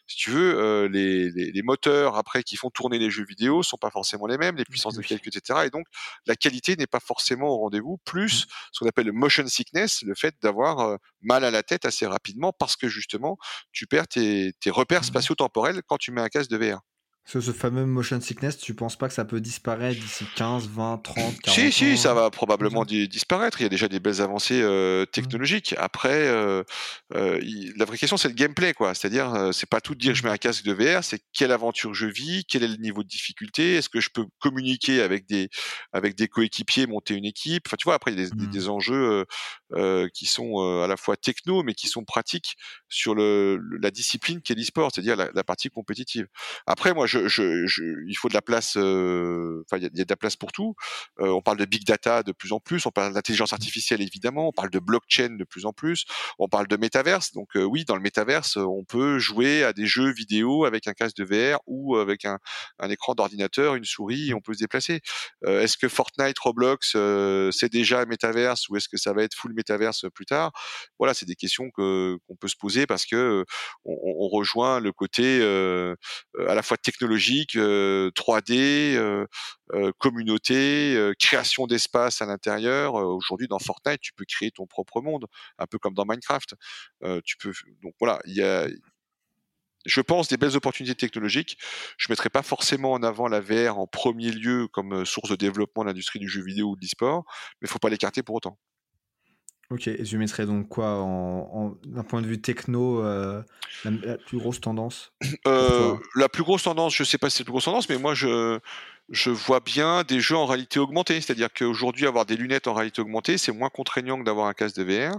si tu veux, euh, les, les, les moteurs après qui font tourner les jeux vidéo sont pas forcément les mêmes, les puissances Oui. de calcul, et cetera. Et donc la qualité n'est pas forcément au rendez-vous. Plus Mm. ce qu'on appelle le motion sickness, le fait d'avoir euh, mal à la tête assez rapidement parce que justement tu perds tes, tes repères spatio-temporels quand tu mets un casque de V R. Ce, ce fameux motion sickness, tu penses pas que ça peut disparaître d'ici quinze, vingt, trente, Si, quarante si, ans ça va comme ça probablement di- disparaître. Il y a déjà des belles avancées euh, Mm. technologiques. Après, euh, euh, il- la vraie question, c'est le gameplay, quoi. C'est-à-dire, euh, c'est pas tout de dire je mets Mm. un casque de V R, c'est quelle aventure je vis, quel est le niveau de difficulté, est-ce que je peux communiquer avec des avec des coéquipiers, monter une équipe. Enfin, tu vois, après, il y a des, des- Mm. des enjeux euh, euh, qui sont euh, à la fois techno, mais qui sont pratiques sur le, le- la discipline qu'est l'e-sport, c'est-à-dire la, la partie compétitive. Après, moi, je, je, je, il faut de la place. euh, Enfin, il y a, il y a de la place pour tout. Euh, on parle de big data de plus en plus, on parle d'intelligence artificielle évidemment, on parle de blockchain de plus en plus, on parle de métaverse. Donc euh, oui, dans le métaverse, euh, on peut jouer à des jeux vidéo avec un casque de V R ou avec un, un écran d'ordinateur, une souris, et on peut se déplacer. Euh, est-ce que Fortnite, Roblox, euh, c'est déjà un métaverse ou est-ce que ça va être full métaverse plus tard? Voilà, c'est des questions que qu'on peut se poser parce que euh, on, on rejoint le côté euh, à la fois technologique, euh, trois D, euh, euh, communauté, euh, création d'espace à l'intérieur. Euh, aujourd'hui, dans Fortnite, tu peux créer ton propre monde, un peu comme dans Minecraft. Euh, tu peux, donc voilà, il y a, je pense, des belles opportunités technologiques. Je mettrai pas forcément en avant la V R en premier lieu comme euh, source de développement de l'industrie du jeu vidéo ou de l'e-sport, mais faut pas l'écarter pour autant. Ok, et tu mettrais donc quoi en, en- d'un point de vue techno, euh, la, la plus grosse tendance pour Euh, toi? la plus grosse tendance, je sais pas si c'est la plus grosse tendance, mais moi je je vois bien des jeux en réalité augmentée. C'est-à-dire qu'aujourd'hui, avoir des lunettes en réalité augmentée, c'est moins contraignant que d'avoir un casque de V R.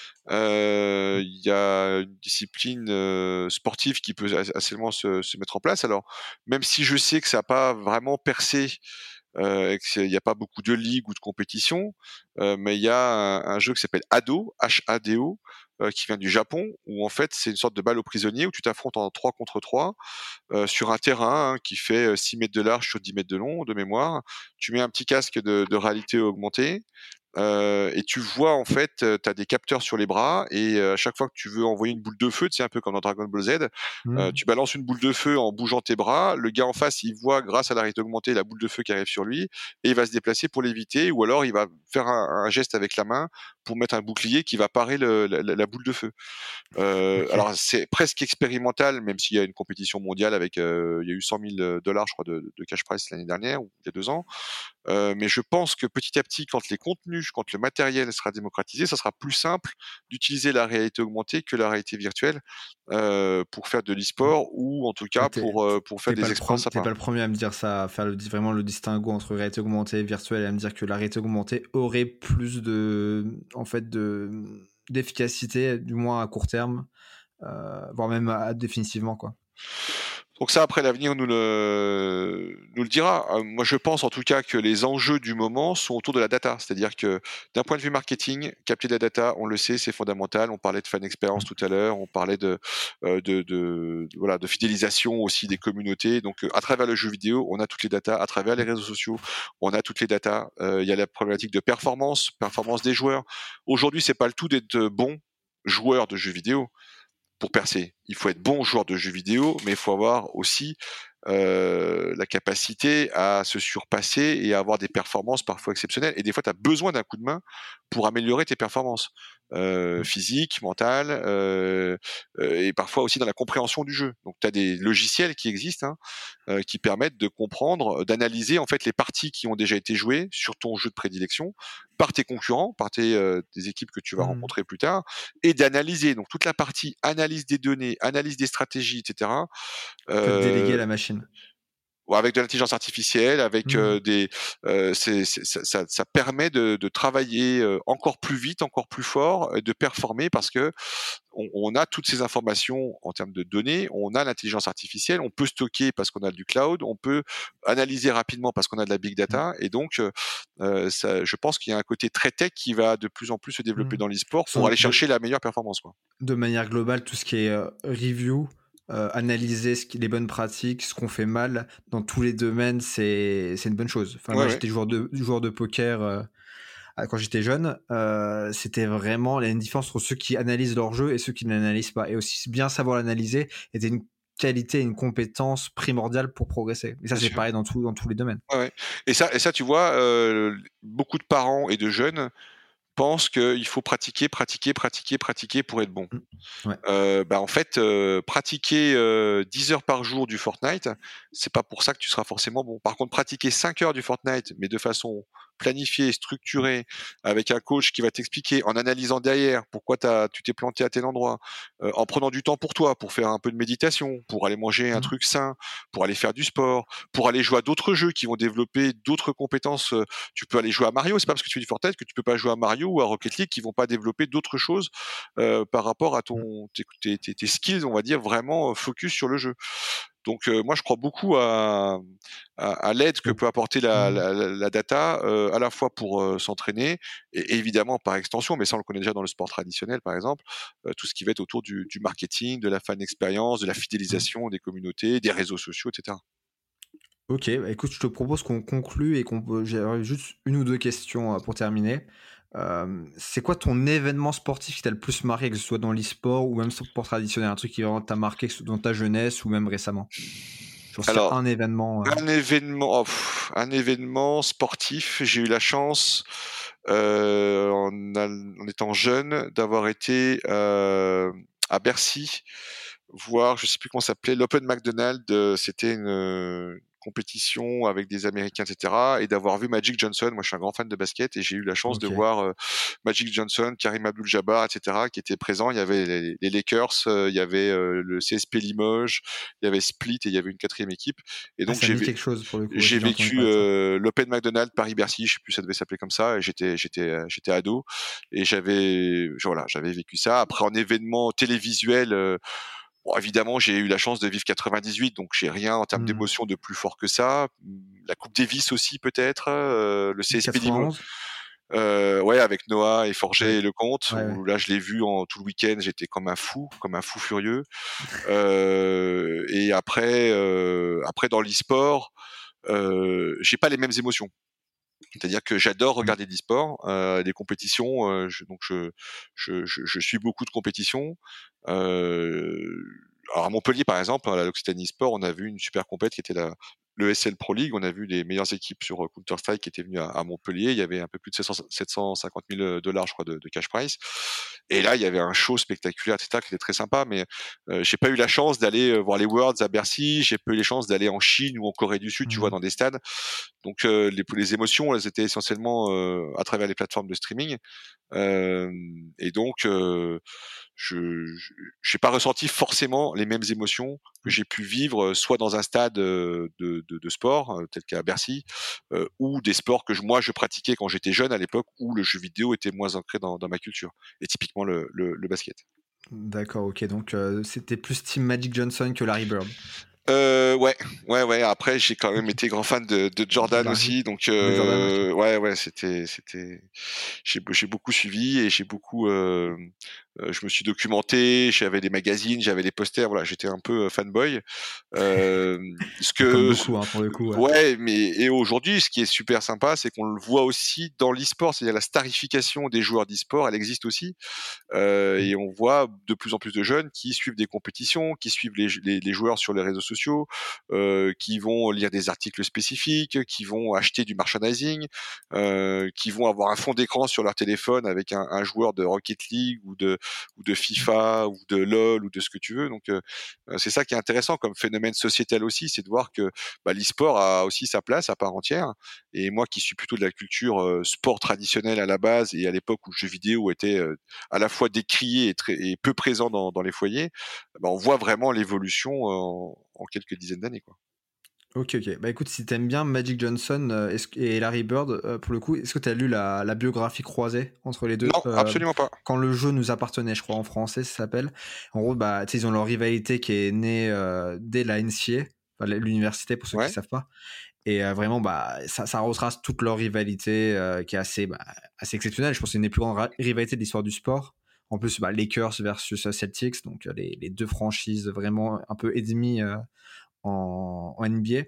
Euh, Il y a une discipline euh, sportive qui peut as- aisément se, se mettre en place. Alors, même si je sais que ça n'a pas vraiment percé, euh, et qu'il n'y a pas beaucoup de ligues ou de compétitions, euh, mais il y a un, un jeu qui s'appelle Hado, H A D O, euh, qui vient du Japon, où en fait c'est une sorte de balle aux prisonniers où tu t'affrontes en trois contre trois euh, sur un terrain hein, qui fait euh, six mètres de large sur dix mètres de long, de mémoire. Tu mets un petit casque de, de réalité augmentée. Euh, et tu vois en fait, tu as des capteurs sur les bras et euh, à chaque fois que tu veux envoyer une boule de feu, c'est un peu comme dans Dragon Ball Z, euh, Hmm. tu balances une boule de feu en bougeant tes bras, le gars en face il voit grâce à la réalité augmentée la boule de feu qui arrive sur lui et il va se déplacer pour l'éviter ou alors il va faire un, un geste avec la main pour mettre un bouclier qui va parer le, la, la boule de feu. Euh, Ok. alors c'est presque expérimental, même s'il y a une compétition mondiale avec, euh, il y a eu cent mille dollars, je crois, de, de cash prize l'année dernière ou il y a deux ans. Euh, mais je pense que petit à petit, quand les contenus, quand le matériel sera démocratisé, ça sera plus simple d'utiliser la réalité augmentée que la réalité virtuelle euh, pour faire de l'e-sport ou en tout Bah, cas t'es, pour euh, pour faire t'es pas des le expériences premier, t'es sympas. pas le premier à me dire ça, à faire le, vraiment le distinguo entre réalité augmentée et virtuelle et à me dire que la réalité augmentée aurait plus de, en fait, de, d'efficacité, du moins à court terme, euh, voire même à, définitivement, quoi. Donc ça, après, l'avenir nous le, nous le dira. Euh, moi, je pense en tout cas que les enjeux du moment sont autour de la data. C'est-à-dire que d'un point de vue marketing, capter de la data, on le sait, c'est fondamental. On parlait de fan experience tout à l'heure, on parlait de, euh, de, de, de- voilà, de fidélisation aussi des communautés. Donc, euh, à travers le jeu vidéo, on a toutes les datas. À travers les réseaux sociaux, on a toutes les datas. Euh, Il y a la problématique de performance, performance des joueurs. Aujourd'hui, c'est pas le tout d'être bon joueur de jeux vidéo pour percer. Il faut être bon joueur de jeux vidéo, mais il faut avoir aussi euh, la capacité à se surpasser et à avoir des performances parfois exceptionnelles. Et des fois, tu as besoin d'un coup de main pour améliorer tes performances euh, physiques, mentales, euh, euh, et parfois aussi dans la compréhension du jeu. Donc, tu as des logiciels qui existent hein, euh, qui permettent de comprendre, d'analyser en fait les parties qui ont déjà été jouées sur ton jeu de prédilection par tes concurrents, par tes euh, des équipes que tu vas Hmm. rencontrer plus tard, et d'analyser. Donc toute la partie analyse des données, analyse des stratégies, et cetera. En fait, déléguer à Euh, la machine. avec de l'intelligence artificielle, avec Hmm. euh, des, euh, c'est, c'est, ça, ça, ça permet de, de travailler euh, encore plus vite, encore plus fort, euh, de performer parce que on, on a toutes ces informations en termes de données, on a l'intelligence artificielle, on peut stocker parce qu'on a du cloud, on peut analyser rapidement parce qu'on a de la big data, et donc euh, ça, je pense qu'il y a un côté très tech qui va de plus en plus se développer Hmm. dans l'e-sport pour Sans- aller De, chercher la meilleure performance, quoi. de manière globale, tout ce qui est euh, review, euh, analyser ce qui, les bonnes pratiques, ce qu'on fait mal dans tous les domaines, c'est, c'est une bonne chose. Enfin, Ouais, moi, ouais. j'étais joueur de, joueur de poker euh, quand j'étais jeune. Euh, c'était vraiment, il y a une différence entre ceux qui analysent leur jeu et ceux qui ne l'analysent pas. Et aussi bien savoir l'analyser était une qualité et une compétence primordiale pour progresser. Et ça, Bien c'est sûr. pareil dans, tout, dans tous les domaines. Ouais, ouais. Et ça, et ça, tu vois, euh, beaucoup de parents et de jeunes pensent qu'il faut pratiquer, pratiquer, pratiquer, pratiquer pour être bon. Mmh. Ouais. Euh, bah en fait, euh, pratiquer euh, dix heures par jour du Fortnite, c'est pas pour ça que tu seras forcément bon. Par contre, pratiquer cinq heures du Fortnite, mais de façon planifiée, structurée, avec un coach qui va t'expliquer, en analysant derrière pourquoi t'as, tu t'es planté à tel endroit, euh, en prenant du temps pour toi, pour faire un peu de méditation, pour aller manger un Mmh. truc sain, pour aller faire du sport, pour aller jouer à d'autres jeux qui vont développer d'autres compétences. Euh, Tu peux aller jouer à Mario, c'est pas parce que tu fais du Fortnite que tu peux pas jouer à Mario ou à Rocket League qui vont pas développer d'autres choses euh, par rapport à Mmh. ton tes, tes, tes skills, on va dire vraiment focus sur le jeu. Donc euh, moi je crois beaucoup à, à, à l'aide que Donc, peut apporter la, mmh. la, la data, euh, à la fois pour euh, s'entraîner et évidemment par extension, mais ça on le connaît déjà dans le sport traditionnel par exemple, euh, tout ce qui va être autour du, du marketing, de la fan expérience, de la Mmh. fidélisation des communautés, des réseaux sociaux, et cetera. Ok, bah écoute, je te propose qu'on conclue et qu'on peut. J'ai juste une ou deux questions euh, pour terminer. Euh, c'est quoi ton événement sportif qui t'a le plus marqué, que ce soit dans l'e-sport ou même sport traditionnel, un truc qui vraiment t'a marqué que ce soit dans ta jeunesse ou même récemment? Genre s'il y a Alors un événement. euh, un événement, oh, pff, un événement sportif. J'ai eu la chance, euh, en, al- en étant jeune, d'avoir été euh, à Bercy voir, je sais plus comment ça s'appelait, l'Open McDonald's. euh, C'était une euh, compétition avec des Américains, et cetera. Et d'avoir vu Magic Johnson. Moi, je suis un grand fan de basket et j'ai eu la chance de Ok. voir euh, Magic Johnson, Karim Abdul-Jabbar, et cetera, qui étaient présents. Il y avait les, les Lakers, euh, il y avait euh, le C S P Limoges, il y avait Split et il y avait une quatrième équipe. Et Ah, donc ça j'ai me dit vu quelque chose pour le coup. Ouais, j'ai j'ai déjà entendu vécu parler de ça. euh, l'Open McDonald's Paris-Bercy, je sais plus, ça devait s'appeler comme ça. Et j'étais, j'étais, euh, j'étais ado et j'avais, voilà, j'avais vécu ça. Après, en événement télévisuel, euh, bon, évidemment, j'ai eu la chance de vivre quatre-vingt-dix-huit, donc j'ai rien en termes Hmm. d'émotion de plus fort que ça. La Coupe Davis aussi, peut-être, euh, le C S P Limo. quatre-vingt-onze? Euh, ouais, avec Noah et Ouais, Forger et Lecomte, ouais, ouais. où là je l'ai vu en tout le week-end, j'étais comme un fou, comme un fou furieux. Euh, et après, euh, après dans l'e-sport, euh, j'ai pas les mêmes émotions. C'est-à-dire que j'adore Hmm. regarder l'e-sport, euh, des compétitions. Euh, je, donc je, je, je, je suis beaucoup de compétitions. Euh, alors à Montpellier par exemple, à l'Occitanie Sport, on a vu une super compète qui était la le S L Pro League. On a vu les meilleures équipes sur Counter Strike qui étaient venues à, à Montpellier. Il y avait un peu plus de sept cent cinquante mille dollars, je crois, de, de cash prize. Et là, il y avait un show spectaculaire, et cetera, qui était très sympa. Mais euh, j'ai pas eu la chance d'aller voir les Worlds à Bercy. J'ai pas eu les chances d'aller en Chine ou en Corée du Sud, tu vois, Hmm. dans des stades. Donc euh, les, les émotions, elles étaient essentiellement euh, à travers les plateformes de streaming. Euh, et donc, euh, je n'ai pas ressenti forcément les mêmes émotions que Hmm. j'ai pu vivre soit dans un stade de, de, de sport, euh, tel qu'à Bercy, euh, ou des sports que je, moi je pratiquais quand j'étais jeune à l'époque, où le jeu vidéo était moins ancré dans, dans ma culture, et typiquement le, le, le basket. D'accord, ok. Donc euh, c'était plus Team Magic Johnson que Larry Bird. Euh, ouais, ouais, ouais. Après, j'ai quand même Ok. été grand fan de, de De Jordan Larry. aussi, donc De Jordan, ok. euh, ouais, ouais, c'était, c'était, j'ai, j'ai beaucoup suivi et j'ai beaucoup, euh, euh, je me suis documenté. J'avais des magazines, j'avais des posters. Voilà, j'étais un peu euh, fanboy. Euh, ce Comme que, beaucoup, hein, pour le coup. Ouais. ouais, mais et aujourd'hui, ce qui est super sympa, c'est qu'on le voit aussi dans l'e-sport, c'est-à-dire la starification des joueurs d'e-sport, elle existe aussi. Euh, Hmm. et on voit de plus en plus de jeunes qui suivent des compétitions, qui suivent les, les, les joueurs sur les réseaux sociaux, euh, qui vont lire des articles spécifiques, qui vont acheter du merchandising, euh, qui vont avoir un fond d'écran sur leur téléphone avec un, un joueur de Rocket League ou de, ou de FIFA ou de LoL ou de ce que tu veux. Donc euh, c'est ça qui est intéressant comme phénomène sociétal aussi, c'est de voir que bah, l'e-sport a aussi sa place à part entière. Et moi qui suis plutôt de la culture euh, sport traditionnelle à la base et à l'époque où le jeu vidéo était euh, à la fois décrié et, très, et peu présent dans, dans les foyers, bah, on voit vraiment l'évolution en, en quelques dizaines d'années, quoi. Ok, ok. Bah écoute, si t'aimes bien Magic Johnson euh, est-ce que- et Larry Bird, euh, pour le coup, est-ce que t'as lu la, la biographie croisée entre les deux? Non, Euh, absolument pas. Quand le jeu nous appartenait, je crois, en français, ça s'appelle. En gros, bah, tu sais, ils ont leur rivalité qui est née euh, dès la N C A A, enfin, l'université pour ceux qui Ouais. savent pas. Et euh, vraiment, bah, ça, ça retrace toute leur rivalité euh, qui est assez, bah, assez exceptionnelle. Je pense que c'est une des plus grandes ra- rivalités de l'histoire du sport. En plus, bah, Lakers versus euh, Celtics, donc euh, les, les deux franchises vraiment un peu ennemies euh, en, en N B A.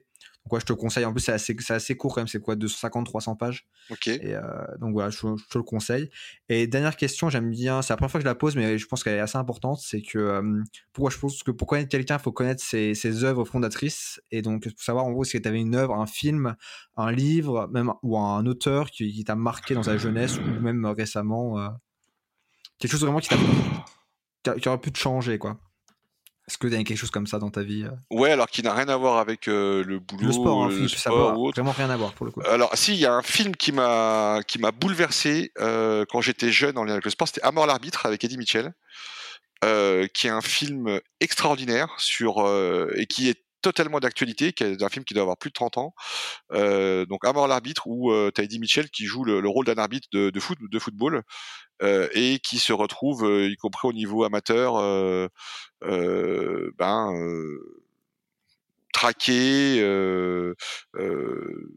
Donc ouais, je te conseille. En plus, c'est assez, c'est assez court quand même. C'est quoi, deux cent cinquante, trois cents pages. Ok. Et euh, donc voilà, je, je te le conseille. Et dernière question, j'aime bien. C'est la première fois que je la pose, mais je pense qu'elle est assez importante. C'est que euh, pourquoi je pense que pour connaître quelqu'un, il faut connaître ses, ses œuvres fondatrices. Et donc, pour savoir en gros si tu avais une œuvre, un film, un livre, même ou un auteur qui, qui t'a marqué dans ta jeunesse ou même récemment, euh, quelque chose vraiment qui t'a qui, qui aurait pu te changer, quoi. Est-ce que tu as quelque chose comme ça dans ta vie? Ouais, alors qui n'a rien à voir avec euh, le Le boulot, sport, hein, euh, le Philippe, ça sport peut ou autre. vraiment rien à voir pour le coup. Alors, si, il y a un film qui m'a qui m'a bouleversé euh, quand j'étais jeune en lien avec le sport, c'était À mort l'arbitre avec Eddie Mitchell, euh, qui est un film extraordinaire sur euh, et qui est totalement d'actualité, qui est un film qui doit avoir plus de trente ans. Euh, donc À mort l'arbitre, où euh, t'as Eddie Mitchell qui joue le, le rôle d'un arbitre de, de foot, de football, euh, et qui se retrouve, euh, y compris au niveau amateur, euh, euh, ben euh, traqué, euh, euh,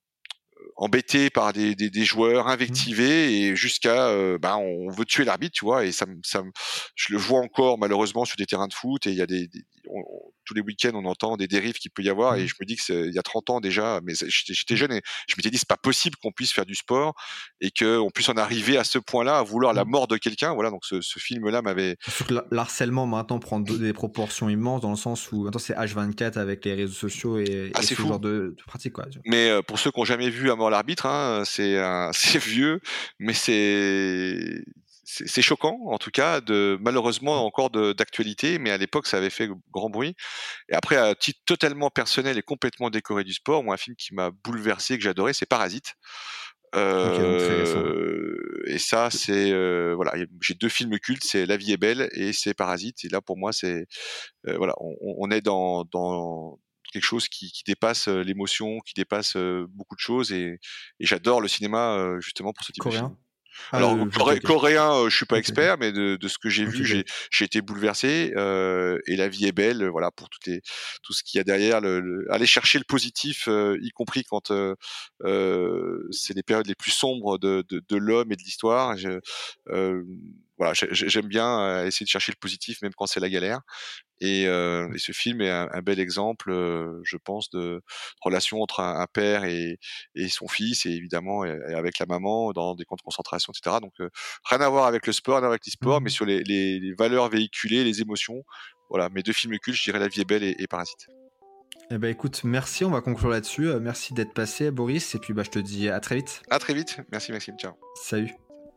embêté par des, des, des joueurs, invectivés, et jusqu'à euh, ben on veut tuer l'arbitre, tu vois, et ça, me- ça me- je le vois encore malheureusement sur des terrains de foot, et il y a des, des- on- on- tous les week-ends on entend des dérives qu'il peut y avoir, et Mmh. je me dis que c'est il y a trente ans déjà, mais c'est- j'étais j'étais jeune et je m'étais dit c'est pas possible qu'on puisse faire du sport et qu'on puisse en arriver à ce point-là, à vouloir la Mmh. mort de quelqu'un, voilà, donc ce, ce film-là m'avait. Surtout que l'harcèlement maintenant prend de- des proportions immenses dans le sens où maintenant c'est H vingt-quatre avec les réseaux sociaux et, Ah, et c'est ce fou. genre de, de pratiques, quoi. Mais euh, pour ceux qui n'ont jamais vu À mort l'arbitre, hein, c'est un- c'est vieux, mais c'est c'est c'est choquant en tout cas, de malheureusement encore de- d'actualité, mais à l'époque ça avait fait grand bruit. Et après, à titre totalement personnel et complètement décoré du sport, moi un film qui m'a bouleversé, que j'adorais, c'est Parasite. Ok, donc très récent. Euh, et ça, c'est euh, voilà, j'ai deux films cultes, c'est La vie est belle et c'est Parasite. Et là, pour moi, c'est euh, voilà, on, on est dans, dans quelque chose qui, qui dépasse euh, l'émotion, qui dépasse euh, beaucoup de choses, et, et j'adore le cinéma euh, justement pour ce type de film. Coréen? Ah, Alors euh, ok, coré- ok. coréen, euh, je suis pas Ok, ok. expert, mais de, de ce que j'ai Ok, vu, j'ai ok. j'ai été bouleversé. Euh, et La vie est belle, euh, voilà, pour toutes les tout ce qu'il y a derrière, le, le- aller chercher le positif, euh, y compris quand euh, euh, c'est les périodes les plus sombres de, de, de l'homme et de l'histoire. Je- euh, voilà, j'ai- j'aime bien euh, essayer de chercher le positif, même quand c'est la galère. Et, euh, et ce film est un, un bel exemple, euh, je pense, de relation entre un, un père et, et son fils, et évidemment et, et avec la maman dans des camps de concentration, et cetera. Donc euh, rien à voir avec le sport, rien à voir avec l'e-sport, mais Mhm. sur les, les, les valeurs véhiculées, les émotions. Voilà, mes deux films cultes, je dirais La vie est belle et, et Parasite. Eh ben écoute, merci, on va conclure là-dessus. Euh, merci d'être passé, Boris, et puis bah, je te dis à très vite. À très vite, merci Maxime, ciao. Salut.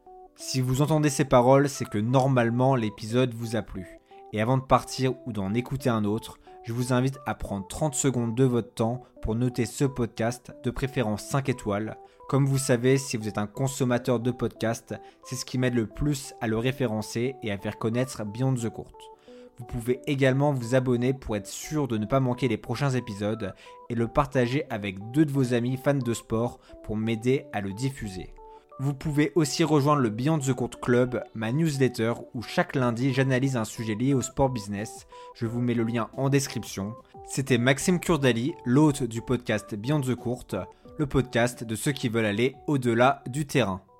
Si vous entendez ces paroles, c'est que normalement l'épisode vous a plu. Et avant de partir ou d'en écouter un autre, je vous invite à prendre trente secondes de votre temps pour noter ce podcast, de préférence cinq étoiles. Comme vous savez, si vous êtes un consommateur de podcasts, c'est ce qui m'aide le plus à le référencer et à faire connaître Beyond the Court. Vous pouvez également vous abonner pour être sûr de ne pas manquer les prochains épisodes et le partager avec deux de vos amis fans de sport pour m'aider à le diffuser. Vous pouvez aussi rejoindre le Beyond the Court Club, ma newsletter où chaque lundi j'analyse un sujet lié au sport business. Je vous mets le lien en description. C'était Maxime Kurdali, l'hôte du podcast Beyond the Court, le podcast de ceux qui veulent aller au-delà du terrain.